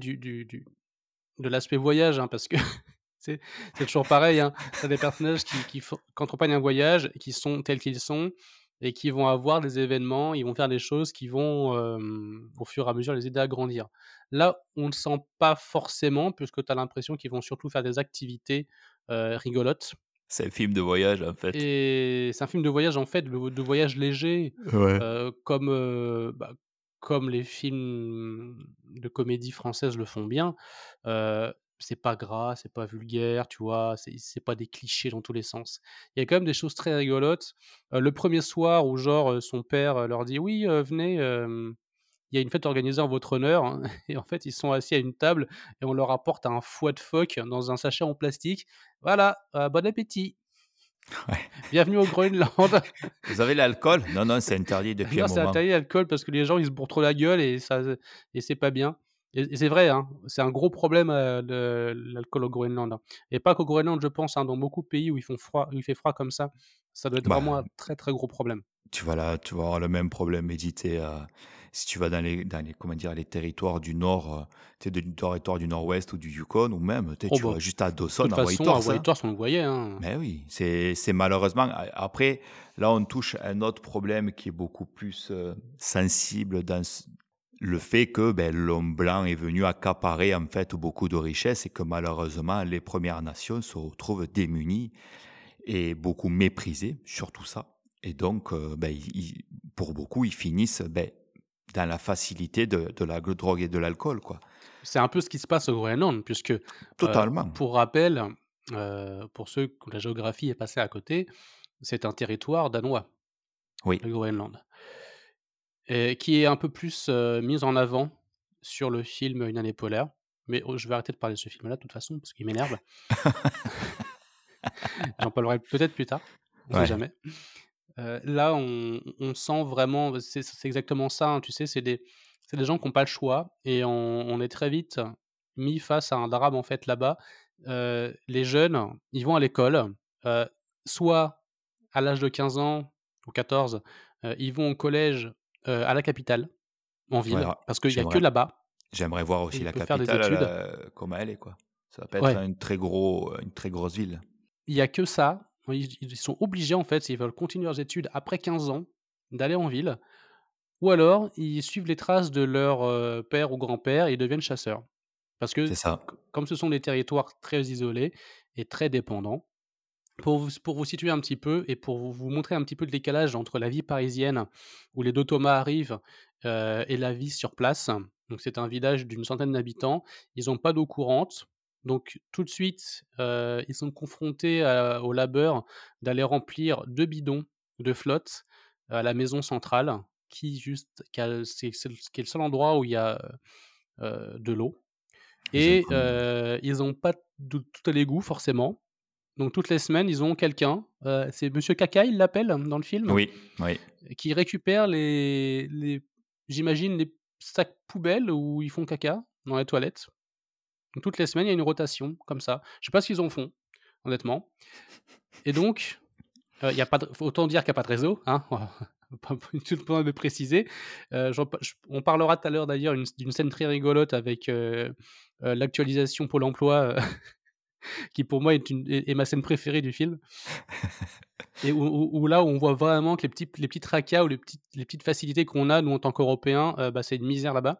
de l'aspect voyage, hein, parce que c'est c'est toujours pareil, hein. Tu des personnages qui accompagnent un voyage, qui sont tels qu'ils sont et qui vont avoir des événements, ils vont faire des choses qui vont, au fur et à mesure, les aider à grandir. Là, on ne le sent pas forcément puisque tu as l'impression qu'ils vont surtout faire des activités, rigolotes c'est un film de voyage, en fait. et c'est un film de voyage, en fait, de voyage léger, Ouais. comme, comme les films de comédie française le font bien. C'est pas gras, c'est pas vulgaire, tu vois? C'est pas des clichés dans tous les sens. Il y a quand même des choses très rigolotes. Le premier soir où genre, son père, leur dit: «Oui, venez, il y a une fête organisée en votre honneur», hein et en fait, ils sont assis à une table et on leur apporte un foie de phoque dans un sachet en plastique. «Voilà, bon appétit, Ouais. bienvenue au Groenland». Vous avez l'alcool? Non, non, c'est interdit depuis un Non, c'est moment. interdit l'alcool parce que les gens, ils se bourrent trop la gueule et c'est pas bien et c'est vrai, hein, c'est un gros problème, de l'alcool au Groenland, hein et pas qu'au Groenland, je pense, hein, dans beaucoup de pays où il fait froid comme ça doit être vraiment un Bah, très, très gros problème. tu vas avoir le même problème, méditer, si tu vas dans les, comment dire, les territoires du nord, tu sais, du territoire du nord-ouest ou du Yukon ou même, tu sais, Oh tu bah, vas juste à de Dawson, toute à façon, à Whitehorse, hein. Whitehorse, on le voyait, hein. Mais oui, c'est malheureusement après, là, on touche à un autre problème qui est beaucoup plus, sensible dans le fait que, ben, l'homme blanc est venu accaparer, en fait, beaucoup de richesses et que malheureusement, les Premières Nations se retrouvent démunies et beaucoup méprisées sur tout ça et donc ben, pour beaucoup, ils finissent, beh, dans la facilité de la drogue et de l'alcool, quoi. C'est un peu ce qui se passe au Groenland puisque, Totalement. pour rappel, pour ceux que la géographie est passée à côté, c'est un territoire danois, Oui. le Groenland. Et qui est un peu plus, mise en avant sur le film Une année polaire. Mais je vais arrêter de parler de ce film-là de toute façon parce qu'il m'énerve. J'en parlerai peut-être plus tard, on sait Ouais. jamais. Là, on sent vraiment c'est exactement ça, hein, tu sais, c'est des gens qui ont pas le choix et on est très vite mis face à un drame, en fait, là-bas. Les jeunes, ils vont à l'école, heu, soit à l'âge de 15 ans ou 14, ils vont au collège, à la capitale. En Ouais, ville, ah, parce qu'il y a que j'aimerais là-bas j'aimerais voir où aussi ils la peuvent faire des capitale, études. comment elle est, quoi. Ça va pas être Ouais, une très grosse ville. il y a que ça. Ils sont obligés, en fait, s'ils veulent continuer leurs études après 15 ans, d'aller en ville ou alors ils suivent les traces de leur, père ou grand-père et ils deviennent chasseurs. Parce que C'est ça. comme ce sont des territoires très isolés et très dépendants, pour vous situer un petit peu et pour vous montrer un petit peu le décalage entre la vie parisienne où les 2 Thomas arrivent, et la vie sur place. Donc c'est un village d'une centaine d'habitants. Ils ont pas d'eau courante, donc tout de suite, ils sont confrontés au labeur d'aller remplir 2 bidons de flotte à la maison centrale qui a c'est le qui est le seul endroit où il y a, de l'eau Ils ont et comme ils ont pas de tout à l'égout forcément. Donc toutes les semaines, ils ont quelqu'un, c'est Monsieur Caca, il l'appelle dans le film, oui, oui. qui récupère les j'imagine les sacs poubelles où ils font caca dans les toilettes. Donc toutes les semaines, il y a une rotation comme ça. Je sais pas ce qu'ils en font, honnêtement. Et donc, il y a pas de autant dire qu'il y a pas de réseau, hein, pas tout le temps de préciser. On parlera tout à l'heure d'ailleurs d'une scène très rigolote avec, l'actualisation Pôle emploi, qui pour moi est ma scène préférée du film et où là, on voit vraiment que les petits tracas ou les petites facilités qu'on a nous en tant qu'Européens, bah, c'est une misère là-bas.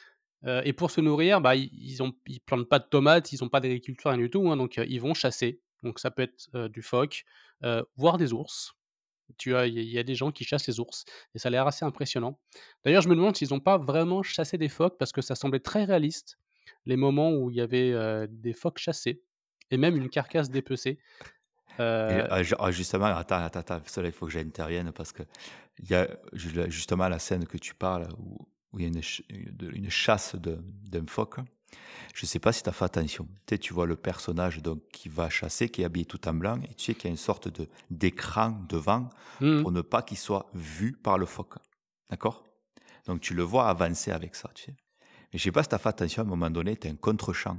Et pour se nourrir, bah, ils plantent pas de tomates, ils ont pas d'agriculture, rien du tout, hein, donc ils vont chasser. Donc ça peut être, du phoque, voire des ours. Il y a des gens qui chassent les ours et ça a l'air assez impressionnant. D'ailleurs, je me demande s'ils ont pas vraiment chassé des phoques parce que ça semblait très réaliste, les moments où il y avait, des phoques chassés et même une carcasse dépecée. Et Heu, justement, attends, ça là, il faut que j'intervienne parce que il y a justement la scène que tu parles où il y a une chasse d'un phoque. Je sais pas si tu as fait attention. Tu sais, tu vois le personnage donc qui va chasser, qui est habillé tout en blanc et tu sais qu'il y a une sorte d'écran devant mmh pour ne pas qu'il soit vu par le phoque. D'accord? Donc tu le vois avancer avec ça, tu sais? Mais je sais pas si tu as fait attention, à un moment donné, tu as un contre-champ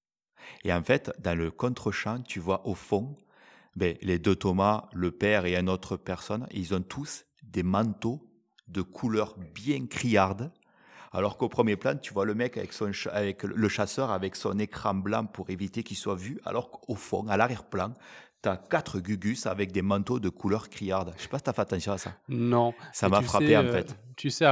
et en fait, dans le contre-champ, tu vois au fond, beh, les 2 Thomas, le père et une autre personne, ils ont tous des manteaux de couleur bien criarde, alors qu'au premier plan, tu vois le mec avec le chasseur avec son écran blanc pour éviter qu'il soit vu, alors qu'au fond, à l'arrière-plan, tu as 4 Gugus avec des manteaux de couleur criarde. Je sais pas si tu as fait attention à ça. Non, Ça mais m'a frappé, en fait. tu sais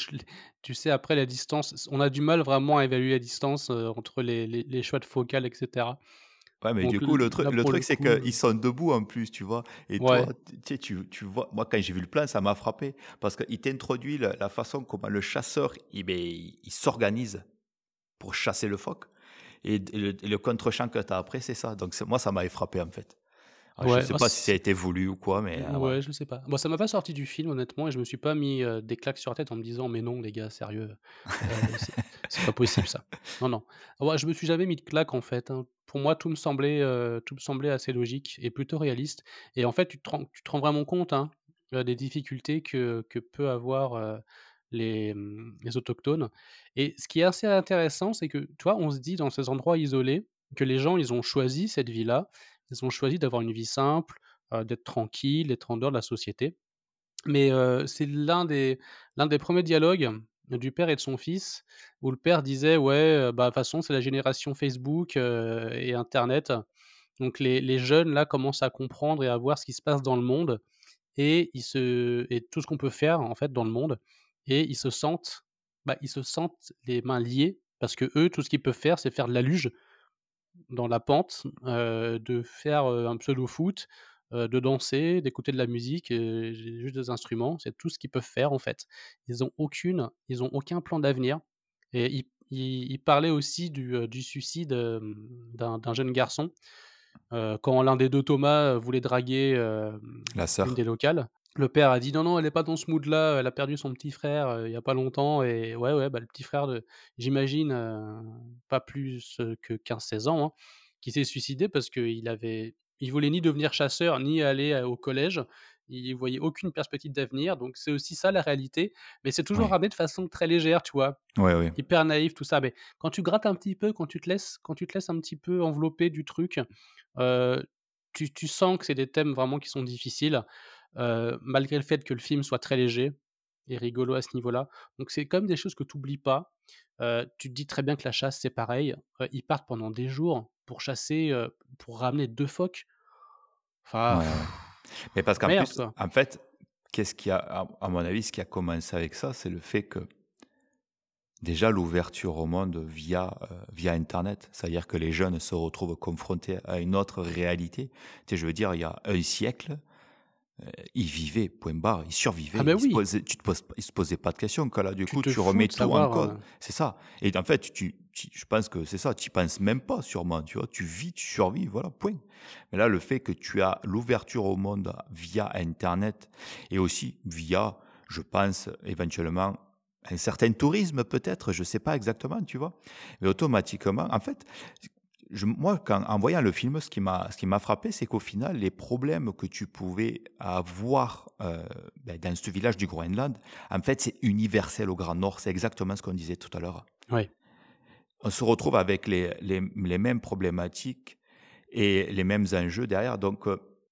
après la distance, on a du mal vraiment à évaluer la distance, entre les choix de focale et cetera. Ouais, mais du Donc coup, là, le pour le truc, c'est coup, qu'ils sont debout en plus, tu vois. Et toi, ouais. tu sais, tu vois, moi, quand j'ai vu le plan, ça m'a frappé. Parce qu'il t'introduit la façon comment le chasseur, il s'organise pour chasser le phoque. Et le contre-champ que tu as après, c'est ça. Donc, moi, ça m'avait frappé, en fait. Alors, je Ouais, sais bah, pas si ça a été voulu ou quoi, mais voilà. ouais, je sais pas. Moi, ça m'a pas sorti du film honnêtement et je me suis pas mis, des claques sur la tête en me disant: «Mais non les gars, sérieux, c'est pas possible ça». Non, non. Ouais, je me suis jamais mis de claque en fait, hein. Pour moi, tout me semblait assez logique et plutôt réaliste et en fait, tu te rends vraiment compte, hein, des difficultés que peut avoir, les autochtones et ce qui est assez intéressant, c'est que, tu vois, on se dit dans ces endroits isolés que les gens, ils ont choisi cette vie-là. Ils ont choisi d'avoir une vie simple, d'être tranquille, d'être en dehors de la société. Mais, c'est l'un des premiers dialogues du père et de son fils, où le père disait: «Ouais, bah, de toute façon, c'est la génération Facebook, et internet. Donc les jeunes là commencent à comprendre et à voir ce qui se passe dans le monde et tout ce qu'on peut faire en fait dans le monde et ils se sentent les mains liées parce que eux, tout ce qu'ils peuvent faire, c'est faire de la luge dans la pente, de faire, un pseudo-foot, de danser, d'écouter de la musique, j'ai juste des instruments, c'est tout ce qu'ils peuvent faire, en fait. Ils ont aucun plan d'avenir et il parlait aussi du suicide, d'un jeune garçon, quand l'un des 2 Thomas, voulait draguer, La une sœur. des locales. Le père a dit: «Non, non, elle est pas dans ce mood-là, elle a perdu son petit frère, il y a pas longtemps» et ouais, ouais, bah, le petit frère de j'imagine, pas plus, que 15-16 ans, hein, qui s'est suicidé parce qu'il voulait ni devenir chasseur, ni aller, au collège. Il voyait aucune perspective d'avenir, donc c'est aussi ça la réalité, mais c'est toujours Oui. ramené de façon très légère, tu vois? Oui, oui. Hyper naïf, tout ça, mais quand tu grattes un petit peu, quand tu te laisses un petit peu envelopper du truc, heu, tu sens que c'est des thèmes vraiment qui sont difficiles, malgré le fait que le film soit très léger et rigolo à ce niveau-là. Donc c'est quand même des choses que tu oublies pas. Tu te dis très bien que la chasse, c'est pareil. Ils partent pendant des jours pour chasser, pour ramener 2 phoques. Enfin, Ouais, ouais. Mais parce qu'en merde, plus, quoi. en fait, qu'est-ce qui a, à mon avis, ce qui a commencé avec ça, c'est le fait que déjà, l'ouverture au monde via internet, c'est-à-dire que les jeunes se retrouvent confrontés à une autre réalité. Tu sais, je veux dire, il y a un siècle, ils vivaient, point barre, ils Ah survivaient, bah, oui, ils se posaient pas de questions, quand là, du tu coup, te tu fous remets de tout en savoir, cause. C'est ça. Et en fait, je pense que c'est ça, tu penses même pas sûrement, tu vois, tu vis, tu survis, voilà, point. Mais là, le fait que tu as l'ouverture au monde via internet et aussi via, je pense, éventuellement, un certain tourisme peut-être, je sais pas exactement, tu vois. Mais automatiquement, en fait, moi, en voyant le film, ce qui m'a frappé, c'est qu'au final, les problèmes que tu pouvais avoir dans ce village du Groenland, en fait, c'est universel au Grand Nord. C'est exactement ce qu'on disait tout à l'heure. Ouais. On se retrouve avec les mêmes problématiques et les mêmes enjeux derrière. Donc,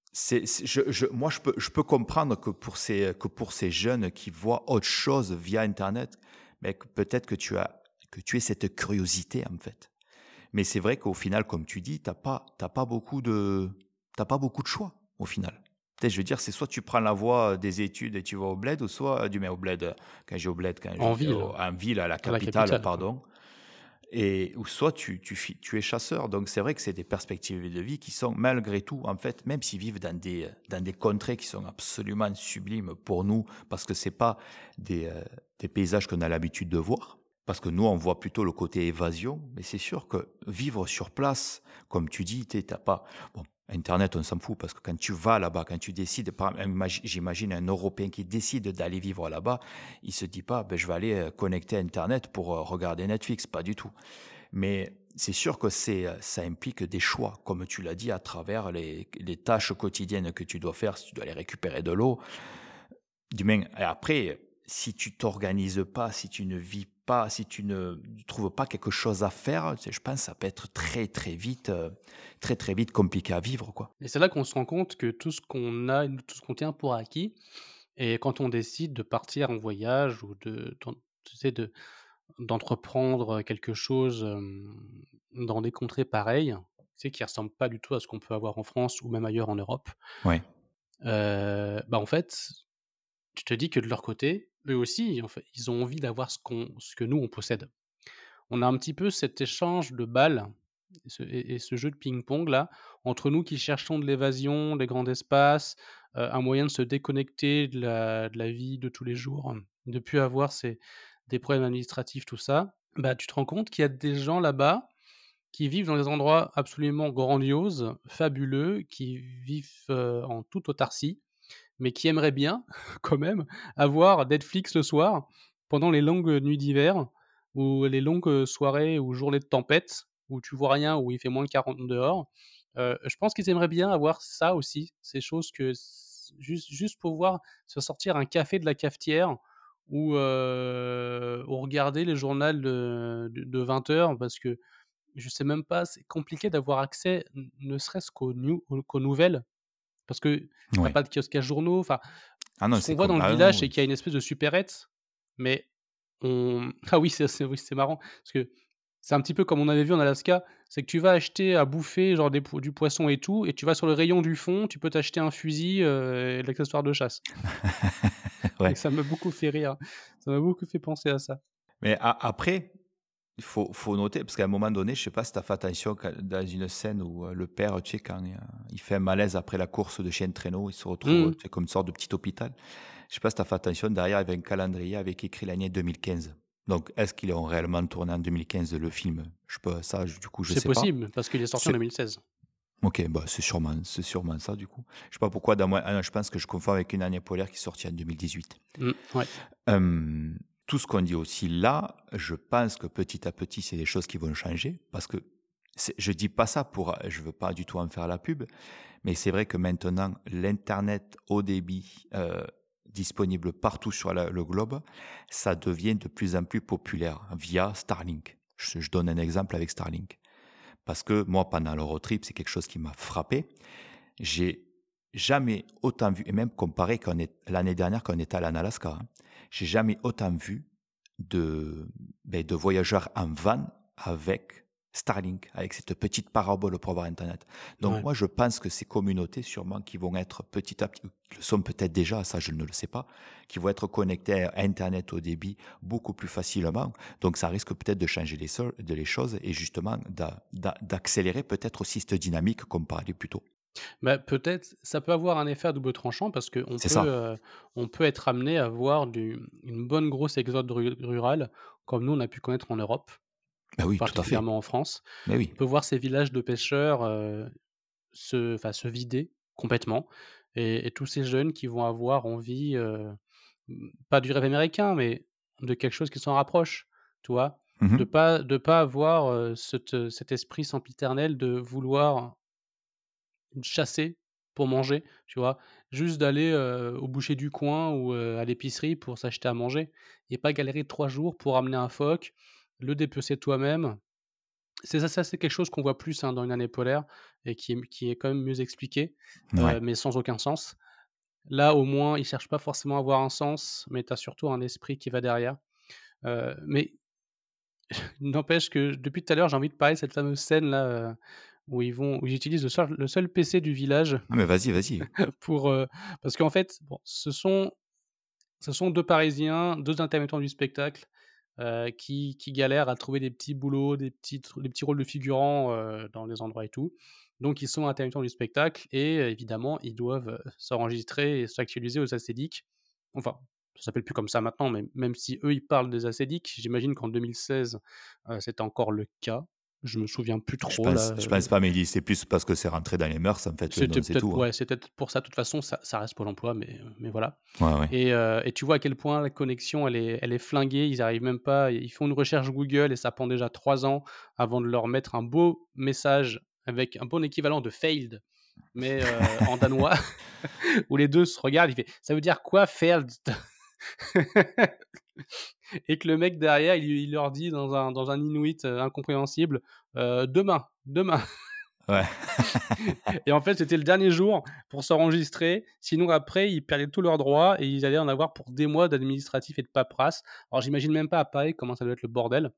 moi, je peux comprendre que pour ces jeunes qui voient autre chose via Internet, mais peut-être que tu aies cette curiosité, en fait. Mais c'est vrai qu'au final, comme tu dis, t'as pas beaucoup de choix, au final. Peut-être, je veux dire, c'est soit tu prends la voie des études et tu vas au bled, ou soit du mais au bled, quand j'ai au bled, quand En je dis ville, en ville, à la à la capitale, capitale. pardon, ou soit tu es chasseur. Donc c'est vrai que c'est des perspectives de vie qui sont malgré tout, en fait, même s'ils vivent dans des contrées qui sont absolument sublimes pour nous, parce que c'est pas des paysages qu'on a l'habitude de voir. Parce que nous, on voit plutôt le côté évasion, mais c'est sûr que vivre sur place, comme tu dis, t'as pas. Bon, Internet, on s'en fout, parce que quand tu vas là-bas, quand tu décides, j'imagine un Européen qui décide d'aller vivre là-bas, il se dit pas, je vais aller connecter Internet pour regarder Netflix, pas du tout. Mais c'est sûr que ça implique des choix, comme tu l'as dit, à travers les tâches quotidiennes que tu dois faire, si tu dois aller récupérer de l'eau. Et après, si tu t'organises pas, si tu ne vis pas, si tu ne trouves pas quelque chose à faire, je pense que ça peut être très très vite compliqué à vivre, quoi. Et c'est là qu'on se rend compte que tout ce qu'on a, tout ce qu'on tient pour acquis, et quand on décide de partir en voyage ou tu sais, d'entreprendre quelque chose dans des contrées pareilles, tu sais, qui ressemblent pas du tout à ce qu'on peut avoir en France ou même ailleurs en Europe, Ouais, en fait, tu te dis que de leur côté, eux aussi, en fait, ils ont envie d'avoir ce que nous on possède. On a un petit peu cet échange de balles et ce jeu de ping-pong là, entre nous qui cherchons de l'évasion, des grands espaces, un moyen de se déconnecter de la vie de tous les jours, de plus avoir des problèmes administratifs, tout ça. Bah, tu te rends compte qu'il y a des gens là-bas qui vivent dans des endroits absolument grandioses, fabuleux, qui vivent, en toute autarcie, mais qui aimeraient bien quand même avoir Netflix le soir pendant les longues nuits d'hiver ou les longues, soirées ou journées de tempête où tu vois rien, où il fait -40 dehors. Je pense qu'ils aimeraient bien avoir ça aussi, ces choses que juste pouvoir se sortir un café de la cafetière ou regarder les journals de 20 h parce que je sais même pas, c'est compliqué d'avoir accès ne serait-ce qu'aux nouvelles parce que tu ouais. pas de kiosque à journaux, enfin, Ah non, ce qu'on c'est voit comme dans le ah village, non, c'est qu'il y a une espèce de supérette, mais ah oui, c'est marrant parce que c'est un petit peu comme on avait vu en Alaska, c'est que tu vas acheter à bouffer genre du poisson et tout et tu vas sur le rayon du fond, tu peux t'acheter un fusil, et de l'accessoire de chasse. Et ouais. ça m'a beaucoup fait rire. Ça m'a beaucoup fait penser à ça. Mais après, il faut noter, parce qu'à un moment donné, je sais pas si tu as fait attention, dans une scène où le père, tu sais, quand il fait un malaise après la course de chien de traîneau, il se retrouve, Mmh. tu sais, comme une sorte de petit hôpital. Je sais pas si tu as fait attention, derrière, il y avait un calendrier avec écrit l'année 2015. Donc, est-ce qu'ils ont réellement tourné en 2015 le film? Je sais pas, ça, du coup, je C'est sais pas. possible parce qu'il est sorti en C'est 2016. OK, bah, c'est sûrement ça, du coup. Je sais pas pourquoi, non, je pense que je confonds avec une année polaire qui est sortie en 2018. Mmh, ouais. Tout ce qu'on dit aussi là, je pense que petit à petit, c'est des choses qui vont changer, parce que je dis pas ça je veux pas du tout en faire la pub, mais c'est vrai que maintenant, l'internet haut débit disponible partout sur le globe, ça devient de plus en plus populaire via Starlink. Je donne un exemple avec Starlink, parce que moi, pendant le road trip, c'est quelque chose qui m'a frappé. J'ai jamais autant vu, et même comparé l'année dernière quand on était allé en Alaska, hein, j'ai jamais autant vu de voyageurs en van avec Starlink, avec cette petite parabole pour avoir Internet. Donc Ouais. moi, je pense que ces communautés, sûrement, qui vont être petit à petit, le sont peut-être déjà, ça je ne le sais pas, qui vont être connectées à Internet au débit beaucoup plus facilement. Donc ça risque peut-être de changer les choses et justement d'accélérer peut-être aussi cette dynamique comme parlait plus tôt. Bah, peut-être, ça peut avoir un effet à double tranchant parce C'est ça. on peut être amené à voir une bonne grosse exode rural comme nous on a pu connaître en Europe, Ben oui, tout à fait. particulièrement en France. Mais On oui. peut voir ces villages de pêcheurs, se vider complètement et tous ces jeunes qui vont avoir envie, pas du rêve américain, mais de quelque chose qui s'en rapproche, tu vois? Mmh. De pas avoir, cet esprit sempiternel de vouloir chasser pour manger, tu vois? Juste d'aller, au boucher du coin ou, à l'épicerie pour s'acheter à manger et pas galérer 3 jours pour amener un phoque, le dépecer toi-même. Ça, c'est quelque chose qu'on voit plus, hein, dans Une année polaire et qui est quand même mieux expliqué, Ouais. mais sans aucun sens. Là, au moins, ils cherchent pas forcément à avoir un sens, mais tu as surtout un esprit qui va derrière. Mais n'empêche que depuis tout à l'heure, j'ai envie de parler de cette fameuse scène-là, où ils utilisent le seul PC du village Ah mais vas-y, vas-y. pour, parce qu'en fait, bon, ce sont 2 Parisiens, 2 intermittents du spectacle, qui galèrent à trouver des petits boulots, des petits rôles de figurants, dans les endroits et tout. Donc ils sont intermittents du spectacle et évidemment, ils doivent, s'enregistrer et s'actualiser aux acédiques. Enfin, ça s'appelle plus comme ça maintenant, mais même si eux, ils parlent des acédiques, j'imagine qu'en 2016, c'était encore le cas. Je me souviens plus trop là, Je pense pas, mais c'est plus parce que c'est rentré dans les mœurs, en fait, c'était donc c'est peut-être tout, hein. ouais, c'est peut-être pour ça. De toute façon, ça reste Pôle emploi, mais voilà. Ouais, ouais. Et tu vois à quel point la connexion elle est flinguée. Ils arrivent même pas, ils font une recherche Google et ça prend déjà 3 ans avant de leur mettre un beau message avec un bon équivalent de failed, mais en danois où les 2 se regardent, il fait: «Ça veut dire quoi failed?» Et que le mec derrière, il leur dit dans un inuit, incompréhensible, «Demain, demain». Ouais. Et en fait, c'était le dernier jour pour s'enregistrer. Sinon, après, ils perdaient tous leurs droits et ils allaient en avoir pour des mois d'administratif et de paperasse. Alors, j'imagine même pas à Paris comment ça doit être le bordel,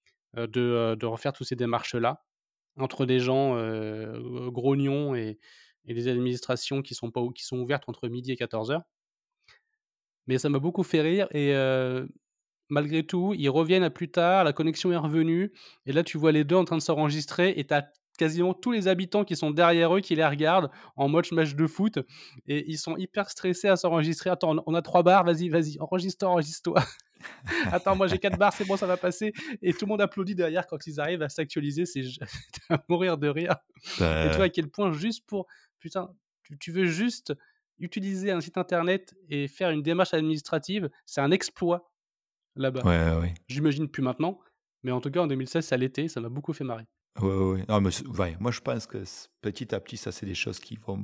de refaire toutes ces démarches-là, entre des gens, grognons et des administrations qui sont pas ou qui sont ouvertes entre midi et 14h. Mais ça m'a beaucoup fait rire et malgré tout, ils reviennent à plus tard, la connexion est revenue et là, tu vois les 2 en train de s'enregistrer et tu as quasiment tous les habitants qui sont derrière eux qui les regardent en mode match de foot et ils sont hyper stressés à s'enregistrer. «Attends, on a 3 barres, vas-y, vas-y, enregistre-toi, enregistre-toi. Attends, moi j'ai 4 barres, c'est bon, ça va passer» et tout le monde applaudit derrière quand ils arrivent à s'actualiser, c'est tu à mourir de rire et tu vois à Bah, quel point juste pour putain, tu veux juste utiliser un site internet et faire une démarche administrative, c'est un exploit là-bas. ouais, ouais, ouais. J'imagine plus maintenant, mais en tout cas en 2016 ça l'était, ça m'a beaucoup fait marrer. Ouais, ouais, ouais. Non, mais ouais, moi je pense que petit à petit, ça c'est des choses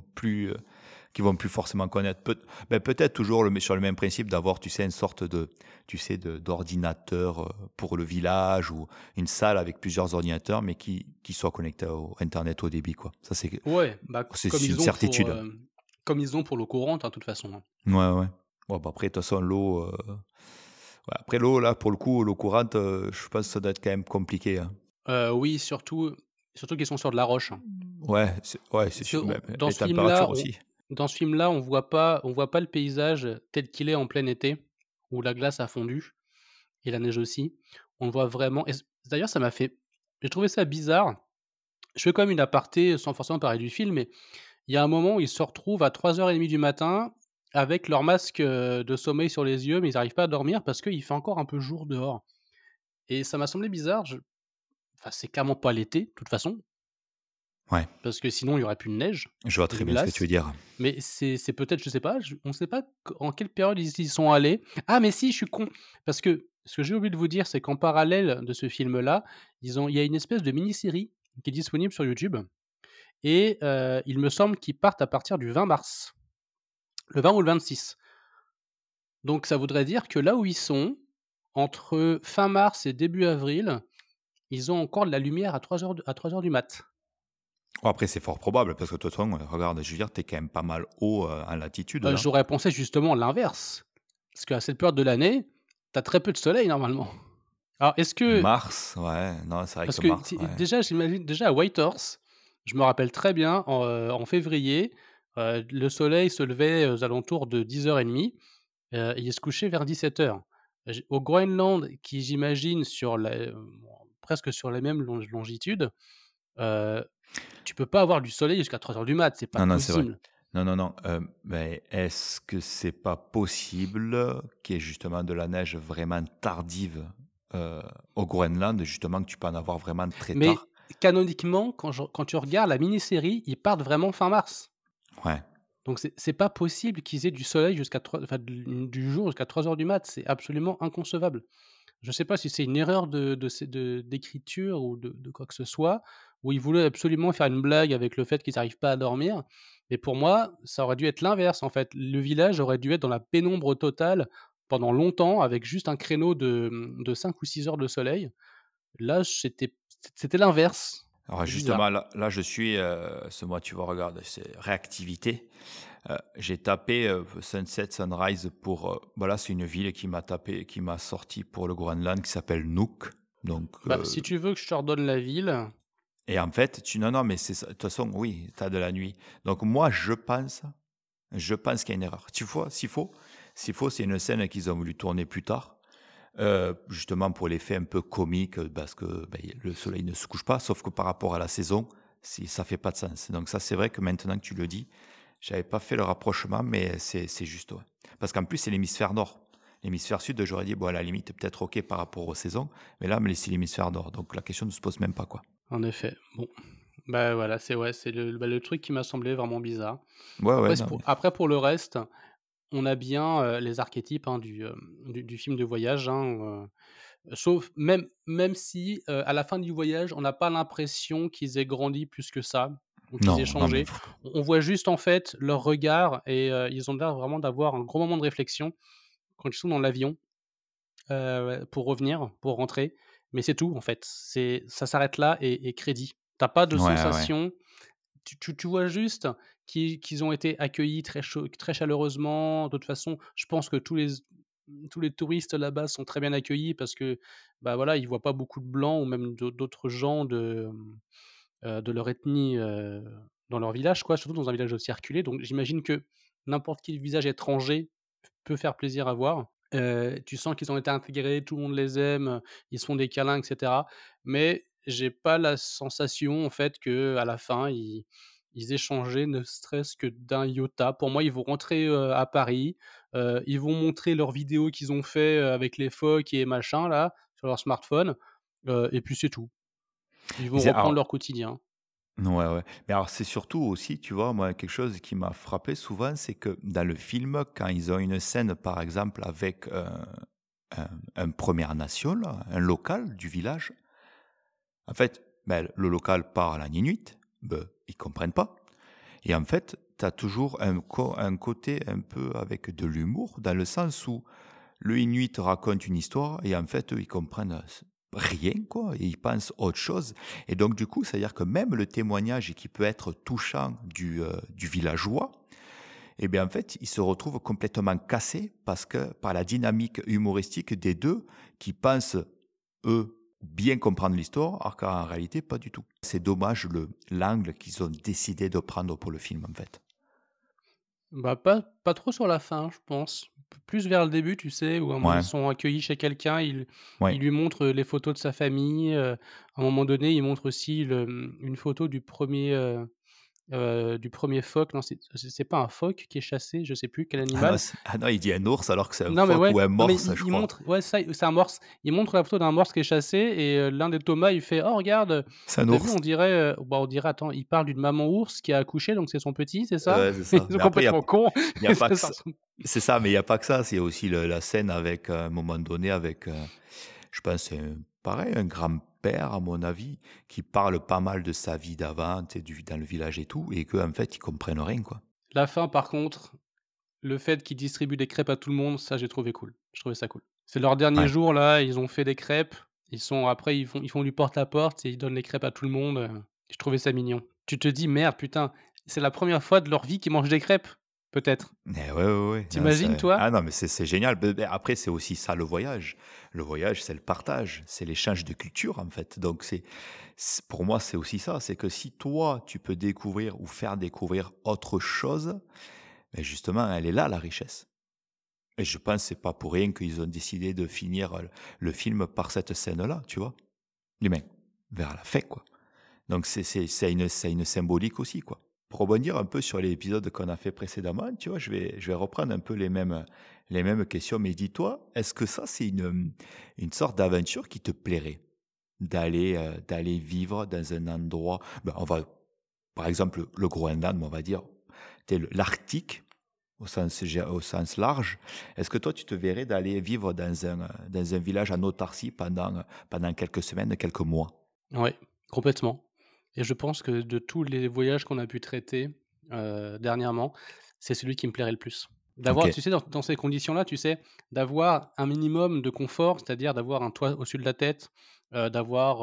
qui vont plus forcément connaître. Peut-être toujours sur le même principe d'avoir, tu sais, une sorte de, tu sais, d'ordinateur pour le village ou une salle avec plusieurs ordinateurs, mais qui soit connecté au Internet au débit, quoi. Ça Ouais, bah, c'est une certitude. comme ils ont pour l'eau courante, hein, de toute façon, hein. Ouais, ouais. Bon, bah après, de toute façon, ouais, après l'eau, là, pour le coup, l'eau courante, je pense que ça doit être quand même compliqué, hein. Oui, surtout qu'ils sont sur de la roche, hein. Ouais, c'est Parce que sûr, on même dans les ce film-là, températures aussi. on voit pas le paysage tel qu'il est en plein été, où la glace a fondu et la neige aussi. On le voit vraiment et d'ailleurs ça m'a fait j'ai trouvé ça bizarre. Je fais quand même une aparté sans forcément parler du film, mais il y a un moment où ils se retrouvent à 3h30 du matin avec leur masque, de sommeil sur les yeux, mais ils n'arrivent pas à dormir parce qu'il fait encore un peu jour dehors et ça m'a semblé bizarre. Enfin, c'est clairement pas l'été, de toute façon, Ouais, parce que sinon il y aurait plus de neige je vois et très de bien ce que tu veux glace, dire. mais c'est peut-être, je sais pas, on sait pas en quelle période ils y sont allés. Ah mais si, je suis con, parce que ce que j'ai oublié de vous dire, c'est qu'en parallèle de ce film-là, il y a une espèce de mini-série qui est disponible sur YouTube et il me semble qu'ils partent à partir du 20 mars, le 20 ou le 26. Donc ça voudrait dire que là où ils sont, entre fin mars et début avril, ils ont encore de la lumière à 3 heures du mat. Bon, après, c'est fort probable parce que de toute façon, regarde, je veux dire, tu es quand même pas mal haut en latitude, là. J'aurais pensé justement l'inverse, parce qu'à cette période de l'année, tu as très peu de soleil normalement. Alors est-ce que Mars, ouais, non, c'est vrai parce que que Mars, ti ouais. déjà j'imagine déjà à Whitehorse, je me rappelle très bien en février, le soleil se levait aux alentours de 10h30, et il se couchait vers 17h. Au Groenland qui j'imagine presque sur les mêmes longitudes, heu, tu peux pas avoir du soleil jusqu'à 3 heures du mat, c'est pas Non, non, c'est vrai. possible. Non, non, non. Mais est-ce que c'est pas possible qu'il y ait justement de la neige vraiment tardive au Groenland, justement, que tu peux en avoir vraiment très Mais tard? canoniquement, quand tu regardes la mini-série, ils partent vraiment fin mars. Ouais. Donc c'est pas possible qu'ils aient du soleil jusqu'à 3 enfin du jour jusqu'à 3 heures du mat, c'est absolument inconcevable. Je sais pas si c'est une erreur d'écriture ou de quoi que ce soit, où ils voulaient absolument faire une blague avec le fait qu'ils n'arrivent pas à dormir. Mais pour moi, ça aurait dû être l'inverse, en fait. Le village aurait dû être dans la pénombre totale pendant longtemps avec juste un créneau de 5 ou 6 heures de soleil. Là, c'était l'inverse. Alors C'est bizarre. justement, là, je suis, ce mois, tu vois, regarde, c'est réactivité. J'ai tapé Sunset, Sunrise pour. Voilà, c'est une ville qui m'a sorti pour le Groenland qui s'appelle Nuuk. Donc, Bah, si tu veux que je te redonne la ville, et en fait, non, non, mais c'est ça. De toute façon, oui, tu as de la nuit. Donc, moi, je pense qu'il y a une erreur. Tu vois, s'il faut, c'est une scène qu'ils ont voulu tourner plus tard. Justement pour l'effet un peu comique, parce que le soleil ne se couche pas, sauf que par rapport à la saison, ça fait pas de sens. Donc ça, c'est vrai que maintenant que tu le dis, j'avais pas fait le rapprochement, mais c'est juste, ouais. Parce qu'en plus, c'est l'hémisphère nord. L'hémisphère sud, j'aurais dit, bon, à la limite, peut-être OK par rapport aux saisons, mais là, mais c'est l'hémisphère nord, donc la question ne se pose même pas, quoi. en effet. Bon, bah, voilà, c'est le truc qui m'a semblé vraiment bizarre. Ouais, ouais, Après, non, mais... après pour le reste, on a bien, les archétypes, hein, du film de voyage, hein, sauf même si, à la fin du voyage, on n'a pas l'impression qu'ils aient grandi plus que ça ou qu'ils aient Non, non, mais... changé. On voit juste, en fait, leur regard et ils ont l'air vraiment d'avoir un gros moment de réflexion quand ils sont dans l'avion, pour revenir, pour rentrer, mais c'est tout, en fait. Ça s'arrête là et crédit. T'as pas de Ouais, ouais. sensation. Tu vois juste qu'ils ont été accueillis très chaleureusement. De toute façon, je pense que tous les touristes là-bas sont très bien accueillis parce que, bah, voilà, ils voient pas beaucoup de blancs ou même d'autres gens de leur ethnie, dans leur village, quoi, surtout dans un village aussi reculé. Donc j'imagine que n'importe quel visage étranger peut faire plaisir à voir. Tu sens qu'ils ont été intégrés, tout le monde les aime, ils se font des câlins et cetera. Mais j'ai pas la sensation, en fait, qu'à la fin, ils aient changé ne serait-ce que d'un iota. Pour moi, ils vont rentrer, à Paris, ils vont montrer leurs vidéos qu'ils ont fait, avec les phoques et machin là, sur leur smartphone, et puis c'est tout. Ils vont reprendre Alors, leur quotidien. ouais, ouais. Mais alors, c'est surtout aussi, tu vois, moi, quelque chose qui m'a frappé souvent, c'est que dans le film, quand ils ont une scène, par exemple, avec un Première Nation, là, un local du village, en fait, le local parle en inuit, ils comprennent pas. Et en fait, tu as toujours un côté un peu avec de l'humour, dans le sens où le inuit raconte une histoire et en fait, eux, ils comprennent rien, quoi, et ils pensent autre chose. Et donc, du coup, c'est-à-dire que même le témoignage qui peut être touchant du villageois, eh bien, en fait, il se retrouve complètement cassé par la dynamique humoristique des deux qui pensent, eux, bien comprendre l'histoire, alors qu'en réalité, pas du tout. C'est dommage l'angle qu'ils ont décidé de prendre pour le film, en fait. Bah, pas trop sur la fin, je pense. Plus vers le début, tu sais, où ils Ouais, sont accueillis chez quelqu'un, il ouais. lui montre, les photos de sa famille, à un moment donné, il montre aussi une photo du premier phoque. Non, c'est pas un phoque qui est chassé, je sais plus quel animal. Ah non, il dit un ours alors que c'est un Non, mais phoque ouais, ou un non, mais morse, il je il crois. montre ouais, ça, c'est un morse. Il montre la photo d'un morse qui est chassé et l'un des Thomas, il fait: «Oh regarde, C'est un tu vu, ours. on dirait attends, il parle d'une maman ours qui a accouché, donc c'est son petit, c'est ça?» Ouais, c'est Ils ça. sont Mais après, complètement cons. il y a pas que Ça ça. ressemble. C'est ça, mais il y a pas que ça. C'est aussi la scène avec, à un moment donné, avec, je pense, c'est pareil, un grand-père, à mon avis, qui parle pas mal de sa vie d'avant, tu sais, dans le village et tout, et qu'en fait, ils comprennent rien, quoi. La fin, par contre, le fait qu'ils distribuent des crêpes à tout le monde, ça, j'ai trouvé cool. Je trouvais ça cool. C'est leur dernier Ouais. jour là, ils ont fait des crêpes. Après ils font du porte-à-porte et ils donnent les crêpes à tout le monde, je trouvais ça mignon. Tu te dis: «Merde, putain, c'est la première fois de leur vie qu'ils mangent des crêpes?» Peut-être. Mais ouais, ouais, ouais. Tu Non, toi? ah non, mais c'est génial. Après, c'est aussi ça le voyage. Le voyage, c'est le partage, c'est l'échange de culture, en fait. Donc, pour moi, c'est aussi ça. C'est que si toi, tu peux découvrir ou faire découvrir autre chose, mais justement, elle est là, la richesse. Et je pense que c'est pas pour rien qu'ils ont décidé de finir le film par cette scène-là, tu vois. L'humain, vers la fin, quoi. Donc, c'est une symbolique aussi, quoi. Pour rebondir un peu sur l'épisode qu'on a fait précédemment, tu vois, je vais reprendre un peu les mêmes questions. Mais dis-toi, est-ce que ça, c'est une sorte d'aventure qui te plairait? D'aller vivre dans un endroit, par exemple, le Groenland, mais on va dire, l'Arctique, au sens large. Est-ce que toi, tu te verrais d'aller vivre dans un village en autarcie pendant quelques semaines, quelques mois? Ouais, complètement. Et je pense que de tous les voyages qu'on a pu traiter, dernièrement, c'est celui qui me plairait le plus. D'avoir, OK. tu sais, dans ces conditions-là, tu sais, d'avoir un minimum de confort, c'est-à-dire d'avoir un toit au-dessus de la tête, d'avoir,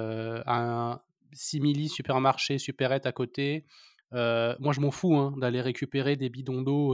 un simili supermarché, supérette à côté. Moi, je m'en fous, hein, d'aller récupérer des bidons d'eau,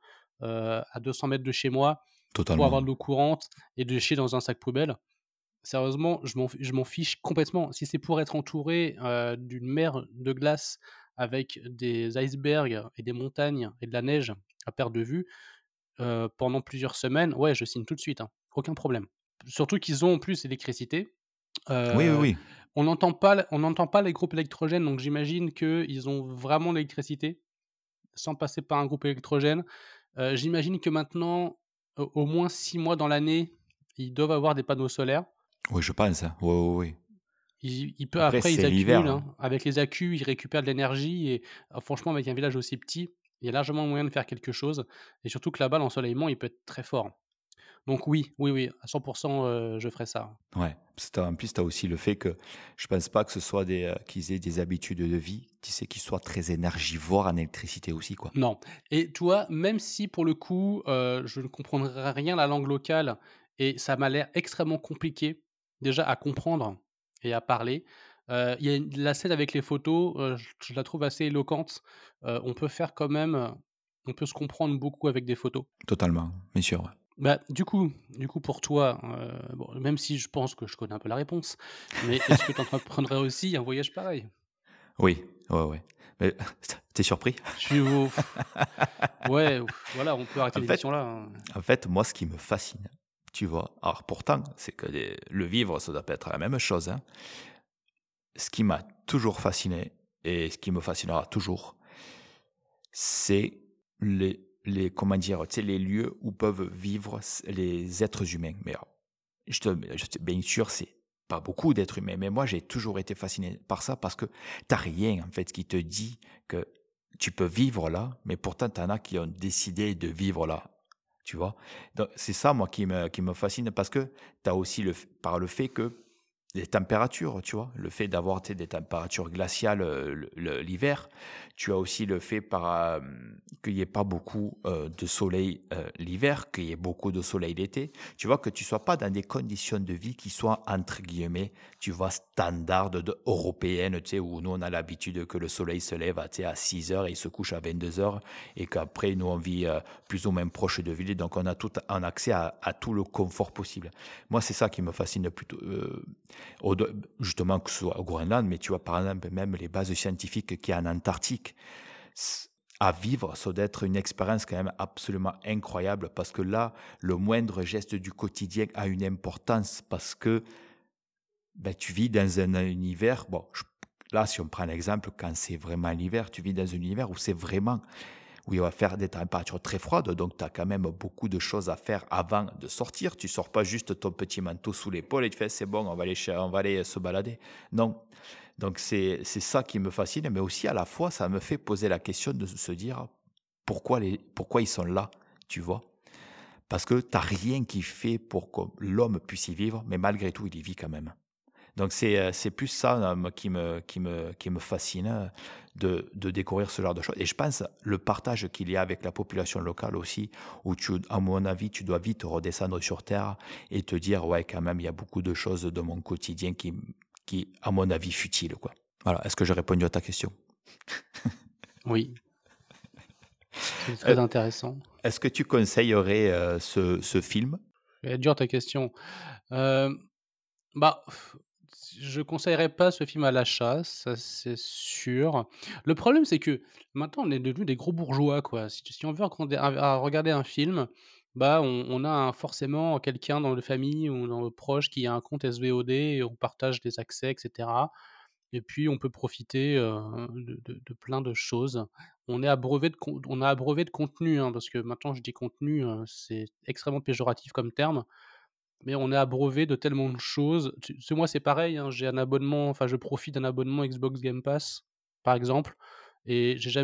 à 200 mètres de chez moi pour avoir Totalement. de l'eau courante et de chier dans un sac poubelle. Sérieusement, je m'en fiche complètement. Si c'est pour être entouré, d'une mer de glace avec des icebergs et des montagnes et de la neige à perte de vue, pendant plusieurs semaines, ouais, je signe tout de suite, hein, aucun problème. Surtout qu'ils ont en plus l'électricité. Oui, oui, Heu, oui. on n'entend pas les groupes électrogènes, donc j'imagine qu'ils ont vraiment l'électricité sans passer par un groupe électrogène. J'imagine que maintenant, au moins 6 mois dans l'année, ils doivent avoir des panneaux solaires. Oui, je pense, hein. Oui, oui, oui. Il peut Après, après ils c'est l'hiver, accumulent, hein. hein. Avec les accus, ils récupèrent de l'énergie et franchement avec un village aussi petit, il y a largement moyen de faire quelque chose et surtout que là-bas l'ensoleillement, il peut être très fort. Donc oui, oui, oui, à 100 je ferai ça. Ouais. Parce que en plus, tu as aussi le fait que je pense pas que ce soit qu'ils aient des habitudes de vie, tu sais, qu'ils soient très énergivores en électricité aussi, quoi. Non, et tu vois, même si pour le coup, je ne comprendrais rien à la langue locale et ça m'a l'air extrêmement compliqué, déjà à comprendre et à parler, il y a la scène avec les photos, je la trouve assez éloquente. On peut faire quand même, on peut se comprendre beaucoup avec des photos. Totalement, bien sûr, ouais. Bah, du coup pour toi, bon, même si je pense que je connais un peu la réponse, mais est-ce que tu entreprendrais aussi un voyage pareil? Oui, ouais, ouais. Mais tu surpris? Je suis au ouais, voilà, on peut arrêter En fait l'émission là, hein. en fait, moi, ce qui me fascine, tu vois? Alors pourtant, c'est que le vivre, ça doit pas être la même chose, hein. Ce qui m'a toujours fasciné et ce qui me fascinera toujours, c'est comment dire? Tu sais, les lieux où peuvent vivre les êtres humains. Mais alors, bien sûr, c'est pas beaucoup d'êtres humains, mais moi, j'ai toujours été fasciné par ça parce que t'as rien, en fait, qui te dit que tu peux vivre là, mais pourtant, tu en as qui ont décidé de vivre là, tu vois? Donc, c'est ça, moi, qui me fascine parce que tu as aussi par le fait que les températures, tu vois? Le fait d'avoir, tu sais, des températures glaciales, l'hiver. Tu as aussi le fait qu'il y ait pas beaucoup, de soleil, l'hiver, qu'il y ait beaucoup de soleil l'été. Tu vois? Que tu sois pas dans des conditions de vie qui soient entre guillemets, tu vois, «standards» européennes, tu sais? Où nous, on a l'habitude que le soleil se lève tu sais, à 6 heures et il se couche à 22 heures et qu'après nous, on vit, plus ou moins proche de ville, donc on a tout un accès à tout le confort possible. Moi, c'est ça qui me fascine plutôt, justement, que ce soit au Groenland, mais tu vois, par exemple, même les bases scientifiques qu'il y a en Antarctique, à vivre, ça doit être une expérience quand même absolument incroyable parce que là, le moindre geste du quotidien a une importance parce que ben, tu vis dans un univers, bon, là, si on prend l'exemple, quand c'est vraiment l'hiver, tu vis dans un univers où c'est vraiment où il va faire des températures très froides, donc tu as quand même beaucoup de choses à faire avant de sortir. Tu sors pas juste ton petit manteau sous l'épaule et tu fais c'est bon, on va aller se balader. Non. Donc c'est ça qui me fascine, mais aussi à la fois ça me fait poser la question de se dire pourquoi ils sont là, tu vois? Parce que tu as rien qui fait pour que l'homme puisse y vivre, mais malgré tout il y vit quand même. Donc c'est plus ça, moi, qui me fascine, de découvrir ce genre de choses et je pense le partage qu'il y a avec la population locale aussi, où à mon avis, tu dois vite redescendre sur terre et te dire: «Ouais, quand même, il y a beaucoup de choses de mon quotidien qui, à mon avis, futiles, quoi». Voilà, est-ce que j'ai répondu à ta question? Oui, c'est très Heu, intéressant. est-ce que tu conseillerais, ce film? Elle est dure ta question. Hem, bah, je conseillerais pas ce film à l'achat, ça c'est sûr. Le problème, c'est que maintenant on est devenus des gros bourgeois, quoi. Si on veut regarder un film, bah, on a forcément quelqu'un dans la famille ou dans nos proches qui a un compte SVOD et on partage des accès et cetera. Et puis on peut profiter, de plein de choses. On est abreuvé de contenu, hein, parce que maintenant je dis contenu, c'est extrêmement péjoratif comme terme, mais on est abreuvé de tellement de choses. Moi c'est pareil, hein, j'ai un abonnement, enfin je profite d'un abonnement Xbox Game Pass, par exemple, et j'ai jamais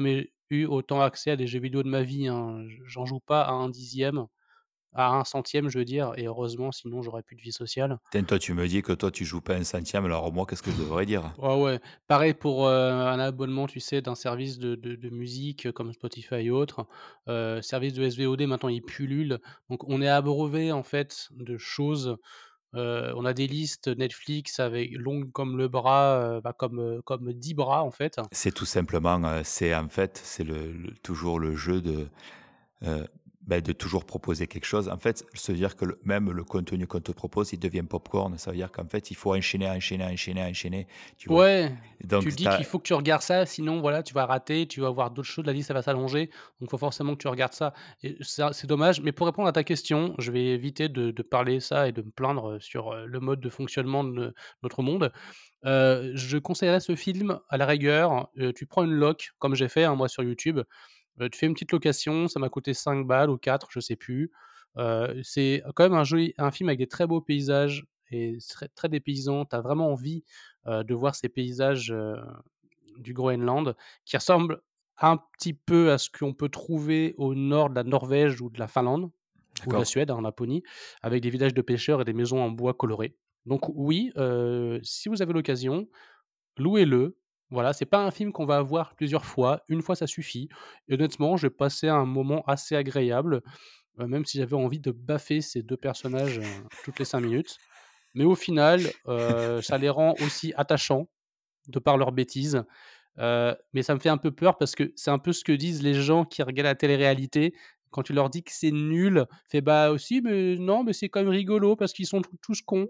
eu autant accès à des jeux vidéo de ma vie, hein. J'en joue pas à un dixième, à un centième, je veux dire, et heureusement, sinon j'aurais plus de vie sociale. Tiens, toi, tu me dis que toi, tu joues pas un centième, alors moi, qu'est-ce que je devrais dire? Ouais, ouais. Pareil pour, un abonnement, tu sais, d'un service de musique, comme Spotify et autres. Service de SVOD, maintenant, il pullule. Donc on est abreuvé, en fait, de choses. On a des listes Netflix avec longues comme le bras, comme 10 bras, en fait. C'est tout simplement, c'est en fait, c'est toujours le jeu Heu, de toujours proposer quelque chose. En fait, se dire que même le contenu qu'on te propose, il devient popcorn. Ça veut dire qu'en fait, il faut enchaîner, enchaîner, enchaîner, enchaîner, tu vois? Ouais, tu Donc te tu dis qu'il faut que tu regardes ça, sinon voilà, tu vas rater, tu vas voir d'autres choses, la liste, elle va s'allonger, donc il faut forcément que tu regardes ça et ça, c'est dommage. Mais pour répondre à ta question, je vais éviter de parler ça et de me plaindre, sur, le mode de fonctionnement de notre monde. Je conseillerais ce film à la rigueur, tu prends une loc comme j'ai fait, hein, moi sur YouTube, tu fais une petite location, ça m'a coûté 5 balles ou 4, je sais plus. C'est quand même un film avec des très beaux paysages et très très dépaysant. Tu as vraiment envie, de voir ces paysages, du Groenland qui ressemblent un petit peu à ce qu'on peut trouver au nord de la Norvège ou de la Finlande ou de la d'accord. Suède, hein, en Laponie, avec des villages de pêcheurs et des maisons en bois colorées. Donc oui, si vous avez l'occasion, louez-le. Voilà, c'est pas un film qu'on va voir plusieurs fois, une fois ça suffit et honnêtement, j'ai passé un moment assez agréable, même si j'avais envie de baffer ces 2 personnages, toutes les 5 minutes. Mais au final, ça les rend aussi attachants de par leurs bêtises, mais ça me fait un peu peur parce que c'est un peu ce que disent les gens qui regardent la télé-réalité. Quand tu leur dis que c'est nul, fait: «Bah, aussi, mais non, mais c'est quand même rigolo parce qu'ils sont tous cons».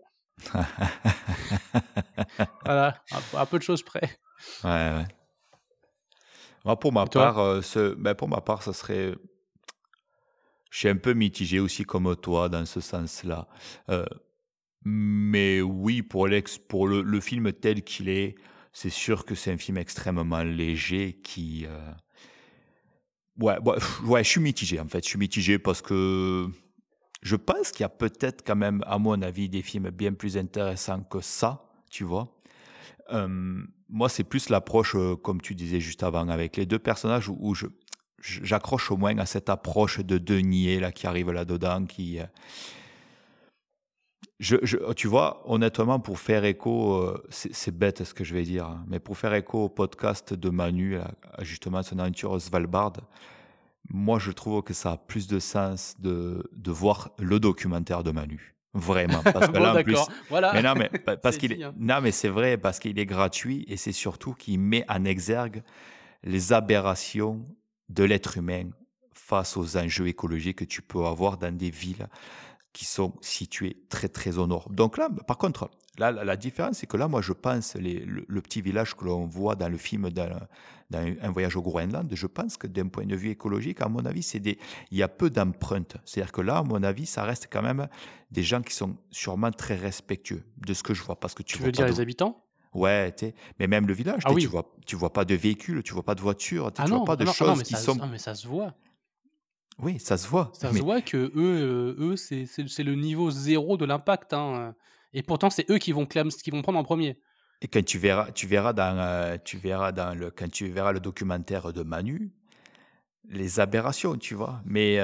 Voilà, à peu de choses près. Ouais, ouais. Moi, pour ma Et toi? part, pour ma part, ça serait je suis un peu mitigé aussi comme toi dans ce sens-là. Heu, mais oui, pour le film tel qu'il est, c'est sûr que c'est un film extrêmement léger qui, ouais, bah, ouais, je suis mitigé, en fait. Je suis mitigé parce que je pense qu'il y a peut-être quand même, à mon avis, des films bien plus intéressants que ça, tu vois? Moi, c'est plus l'approche, comme tu disais juste avant, avec les 2 personnages où j'accroche au moins à cette approche de denier là qui arrive là-dedans, qui, tu vois, honnêtement, pour faire écho, c'est bête ce que je vais dire, hein, mais pour faire écho au podcast de Manu, là, justement, son aventure au Svalbard, moi, je trouve que ça a plus de sens de voir le documentaire de Manu. Vraiment, parce que Bon là, en d'accord, plus, mais voilà, non, mais parce c'est qu'il dit, est, hein. non, mais c'est vrai, parce qu'il est gratuit et c'est surtout qu'il met en exergue les aberrations de l'être humain face aux enjeux écologiques que tu peux avoir dans des villes qui sont situées très, très au nord. Donc là, par contre, là, la différence, c'est que là, moi, je pense, le petit village que l'on voit dans le film dans Un voyage au Groenland, je pense que d'un point de vue écologique, à mon avis, il y a peu d'empreintes. C'est-à-dire que là, à mon avis, ça reste quand même des gens qui sont sûrement très respectueux de ce que je vois, parce que tu Tu vois veux pas dire de. les habitants? Ouais, tu sais, mais même le village, Ah oui. tu vois pas de véhicules, tu vois pas de voitures, tu sais, Ah tu vois non, pas ah de non, ah non, choses qui sont. mais ça se voit. Oui, ça se voit, Ça se mais voit qu'eux, eux, c'est le niveau zéro de l'impact, hein, et pourtant c'est eux qui vont prendre en premier. et quand quand tu verras le documentaire de Manu, les aberrations, tu vois?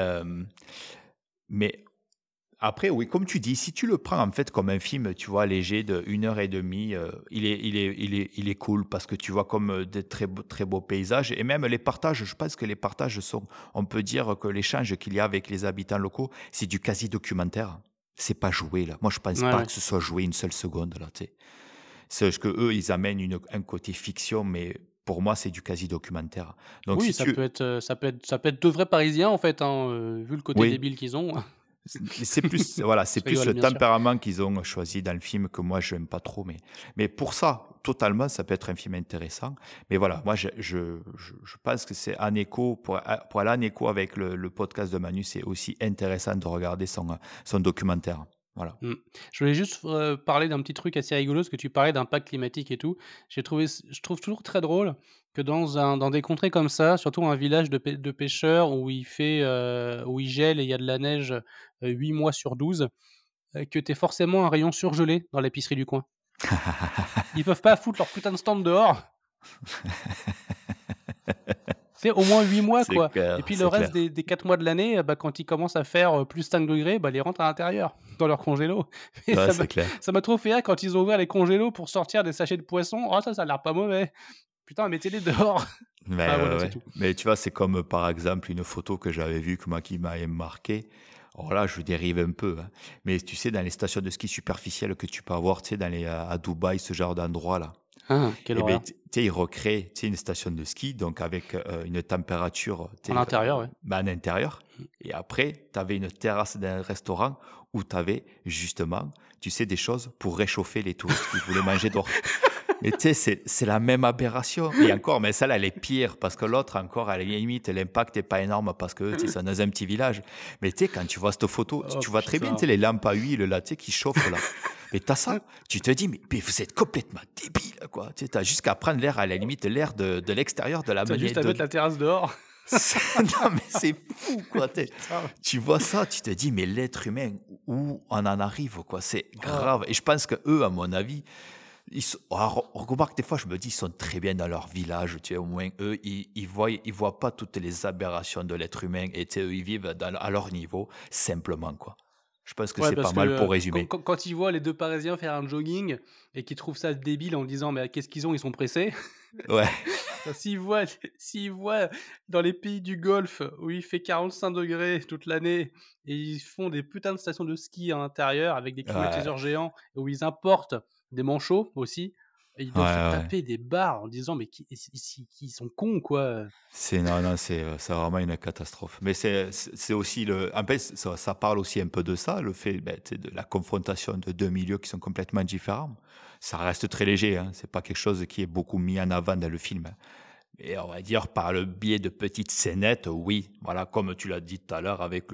Mais après, oui, comme tu dis, si tu le prends en fait comme un film, tu vois, léger de 1 heure et demie, il est cool parce que tu vois comme, des très beaux paysages et même les partages, je pense que les partages sont, on peut dire que l'échange qu'il y a avec les habitants locaux, c'est du quasi documentaire. C'est pas joué là. Moi, je pense Ouais, pas ouais. que ce soit joué une seule seconde là, tu sais? C'est juste qu'eux, ils amènent un côté fiction, mais pour moi, c'est du quasi documentaire. Donc Oui, si tu ça peut être 2 vrais Parisiens en fait, hein, vu le côté oui. débile qu'ils ont. C'est plus voilà, Je c'est plus rigole le bien sûr. tempérament qu'ils ont choisi dans le film que moi je n'aime pas trop, mais pour ça, totalement, ça peut être un film intéressant. Mais voilà, moi je pense que c'est en écho pour aller en écho avec le podcast de Manu, c'est aussi intéressant de regarder son documentaire. Voilà. Mmh. Je voulais juste, parler d'un petit truc assez rigolo, parce que tu parlais d'impact climatique et tout. Je trouve toujours très drôle que dans des contrées comme ça, surtout un village de pêcheurs où il gèle et il y a de la neige, 8 mois sur 12, que tu aies forcément un rayon surgelé dans l'épicerie du coin. Ils peuvent pas foutre leur putain de stand dehors. C'est au moins 8 mois, C'est quoi. clair, Et puis le c'est reste clair. des 4 mois de l'année, quand il commence à faire plus 5 degrés, ils rentrent à l'intérieur, dans leur congélo. Et Ouais, c'est clair. ça m'a trop fait rire quand ils ont ouvert les congélos pour sortir des sachets de poissons. Oh, ça a l'air pas mauvais. Putain, mettez-les dehors. Mais, Ah, voilà, c'est ouais. tout. Mais tu vois, c'est comme par exemple une photo que j'avais vue qui m'avait marqué. Alors là, je dérive un peu, hein. Mais tu sais, dans les stations de ski superficielles que tu peux avoir, tu sais, à Dubaï, ce genre d'endroit là. Ah, quelle Et ben, horreur. tu sais, ils recréent, tu sais, une station de ski, donc avec une température, tu En sais, intérieur, ouais. en intérieur. Et après, tu avais une terrasse d'un restaurant où tu avais justement, tu sais, des choses pour réchauffer les touristes qui voulaient manger dehors. Mais tu sais, c'est la même aberration. Et encore, mais celle-là, elle est pire parce que l'autre, encore, à la limite, l'impact n'est pas énorme parce que tu sais, c'est dans un petit village. Mais tu sais, quand tu vois cette photo, Oh, tu vois très bien, putain. tu sais, les lampes à huile là, tu sais, qui chauffent là. Mais t'as ça, tu te dis, mais vous êtes complètement débile, quoi. Tu sais, t'as juste qu'à prendre l'air, à la limite, l'air de l'extérieur, de la T'as monnaie. juste à mettre la terrasse dehors. Non, mais c'est fou, quoi. Putain. Tu vois ça, tu te dis, mais l'être humain, où on en arrive, quoi. C'est grave. Et je pense que eux, à mon avis, remarque, des fois, je me dis, ils sont très bien dans leur village, tu sais, au moins, eux, ils voient pas toutes les aberrations de l'être humain, et tu sais, eux, ils vivent à leur niveau, simplement, quoi. Je pense que Ouais, c'est parce pas que mal pour résumer. quand ils voient les 2 Parisiens faire un jogging et qu'ils trouvent ça débile en disant: «Mais qu'est-ce qu'ils ont? Ils sont pressés». Ouais, Enfin, s'ils voient dans les pays du Golfe où il fait 45 degrés toute l'année et ils font des putains de stations de ski à l'intérieur avec des ouais, climatiseurs géants et où ils importent des manchots aussi et ils ouais, doivent se ouais. taper des barres en disant: «Mais ils sont cons, quoi». Non, c'est vraiment une catastrophe. Mais c'est aussi en fait, ça parle aussi un peu de ça, le fait, ben, tu sais, de la confrontation de deux milieux qui sont complètement différents. Ça reste très léger, hein. C'est pas quelque chose qui est beaucoup mis en avant dans le film, hein. Et on va dire par le biais de petites scénettes, oui, voilà, comme tu l'as dit tout à l'heure avec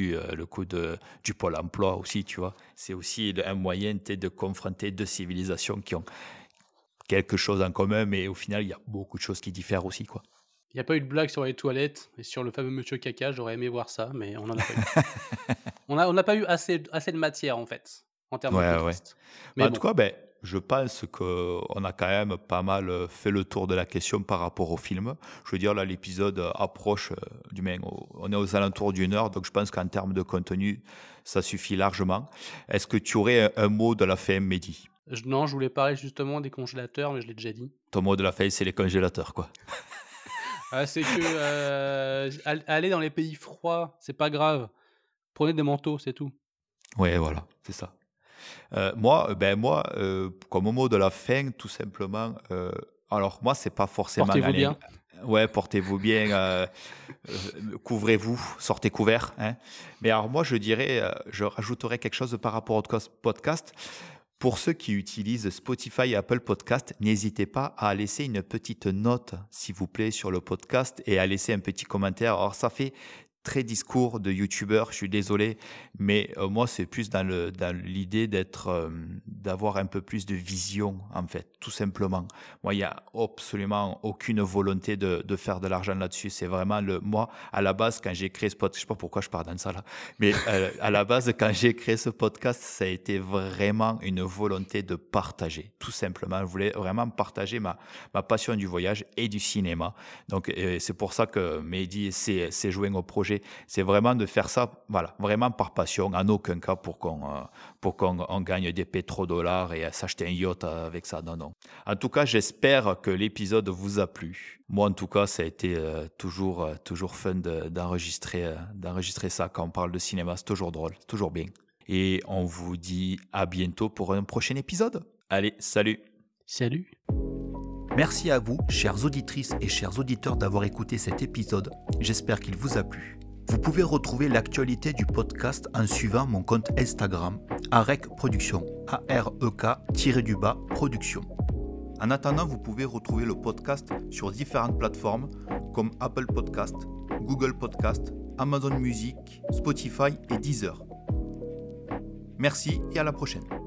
du Pôle emploi aussi, tu vois. C'est aussi un moyen, tu sais, de confronter deux civilisations qui ont quelque chose en commun, mais au final, il y a beaucoup de choses qui diffèrent aussi, quoi. Il y a pas eu de blague sur les toilettes et sur le fameux monsieur caca, j'aurais aimé voir ça, mais on en a pas eu. On n'a pas eu assez de matière, en fait, en termes de Ouais, ouais. contraste. Bah, Mais en tout bon, cas, ben, je pense qu'on a quand même pas mal fait le tour de la question par rapport au film. Je veux dire, là, l'épisode approche on est aux alentours d'une heure, donc je pense qu'en termes de contenu, ça suffit largement. Est-ce que tu aurais un mot de la fin, Mehdi? non, je voulais parler justement des congélateurs, mais je l'ai déjà dit. Ton mot de la fin, c'est les congélateurs, quoi. Ah, c'est que, aller dans les pays froids, c'est pas grave. Prenez des manteaux, c'est tout. Ouais, voilà, c'est ça. Moi, comme mot de la fin, tout simplement, alors moi, c'est pas forcément Portez-vous aller. bien. Ouais, portez-vous bien, couvrez-vous, sortez couverts, hein. Mais alors moi, je dirais, je rajouterais quelque chose par rapport au podcast. Pour ceux qui utilisent Spotify et Apple Podcast, n'hésitez pas à laisser une petite note, s'il vous plaît, sur le podcast et à laisser un petit commentaire. Alors, ça fait très discours de youtubeur, je suis désolé, mais moi, c'est plus dans l'idée d'avoir un peu plus de vision, en fait, tout simplement. Moi, il n'y a absolument aucune volonté de faire de l'argent là-dessus. C'est vraiment moi, à la base, quand j'ai créé ce podcast, je sais pas pourquoi je pars dans ça là, mais à la base, quand j'ai créé ce podcast, ça a été vraiment une volonté de partager, tout simplement. Je voulais vraiment partager ma passion du voyage et du cinéma. Donc, c'est pour ça que Mehdi s'est joint au projet. C'est vraiment de faire ça, voilà, vraiment par passion, en aucun cas pour qu'on gagne des pétrodollars et s'acheter un yacht avec ça. Non, non. En tout cas, j'espère que l'épisode vous a plu. Moi, en tout cas, ça a été toujours fun d'enregistrer ça quand on parle de cinéma. C'est toujours drôle, c'est toujours bien. Et on vous dit à bientôt pour un prochain épisode. Allez, salut! Salut. Merci à vous, chères auditrices et chers auditeurs, d'avoir écouté cet épisode. J'espère qu'il vous a plu. Vous pouvez retrouver l'actualité du podcast en suivant mon compte Instagram, AREK Production, AREK-Production. En attendant, vous pouvez retrouver le podcast sur différentes plateformes comme Apple Podcast, Google Podcast, Amazon Music, Spotify et Deezer. Merci et à la prochaine.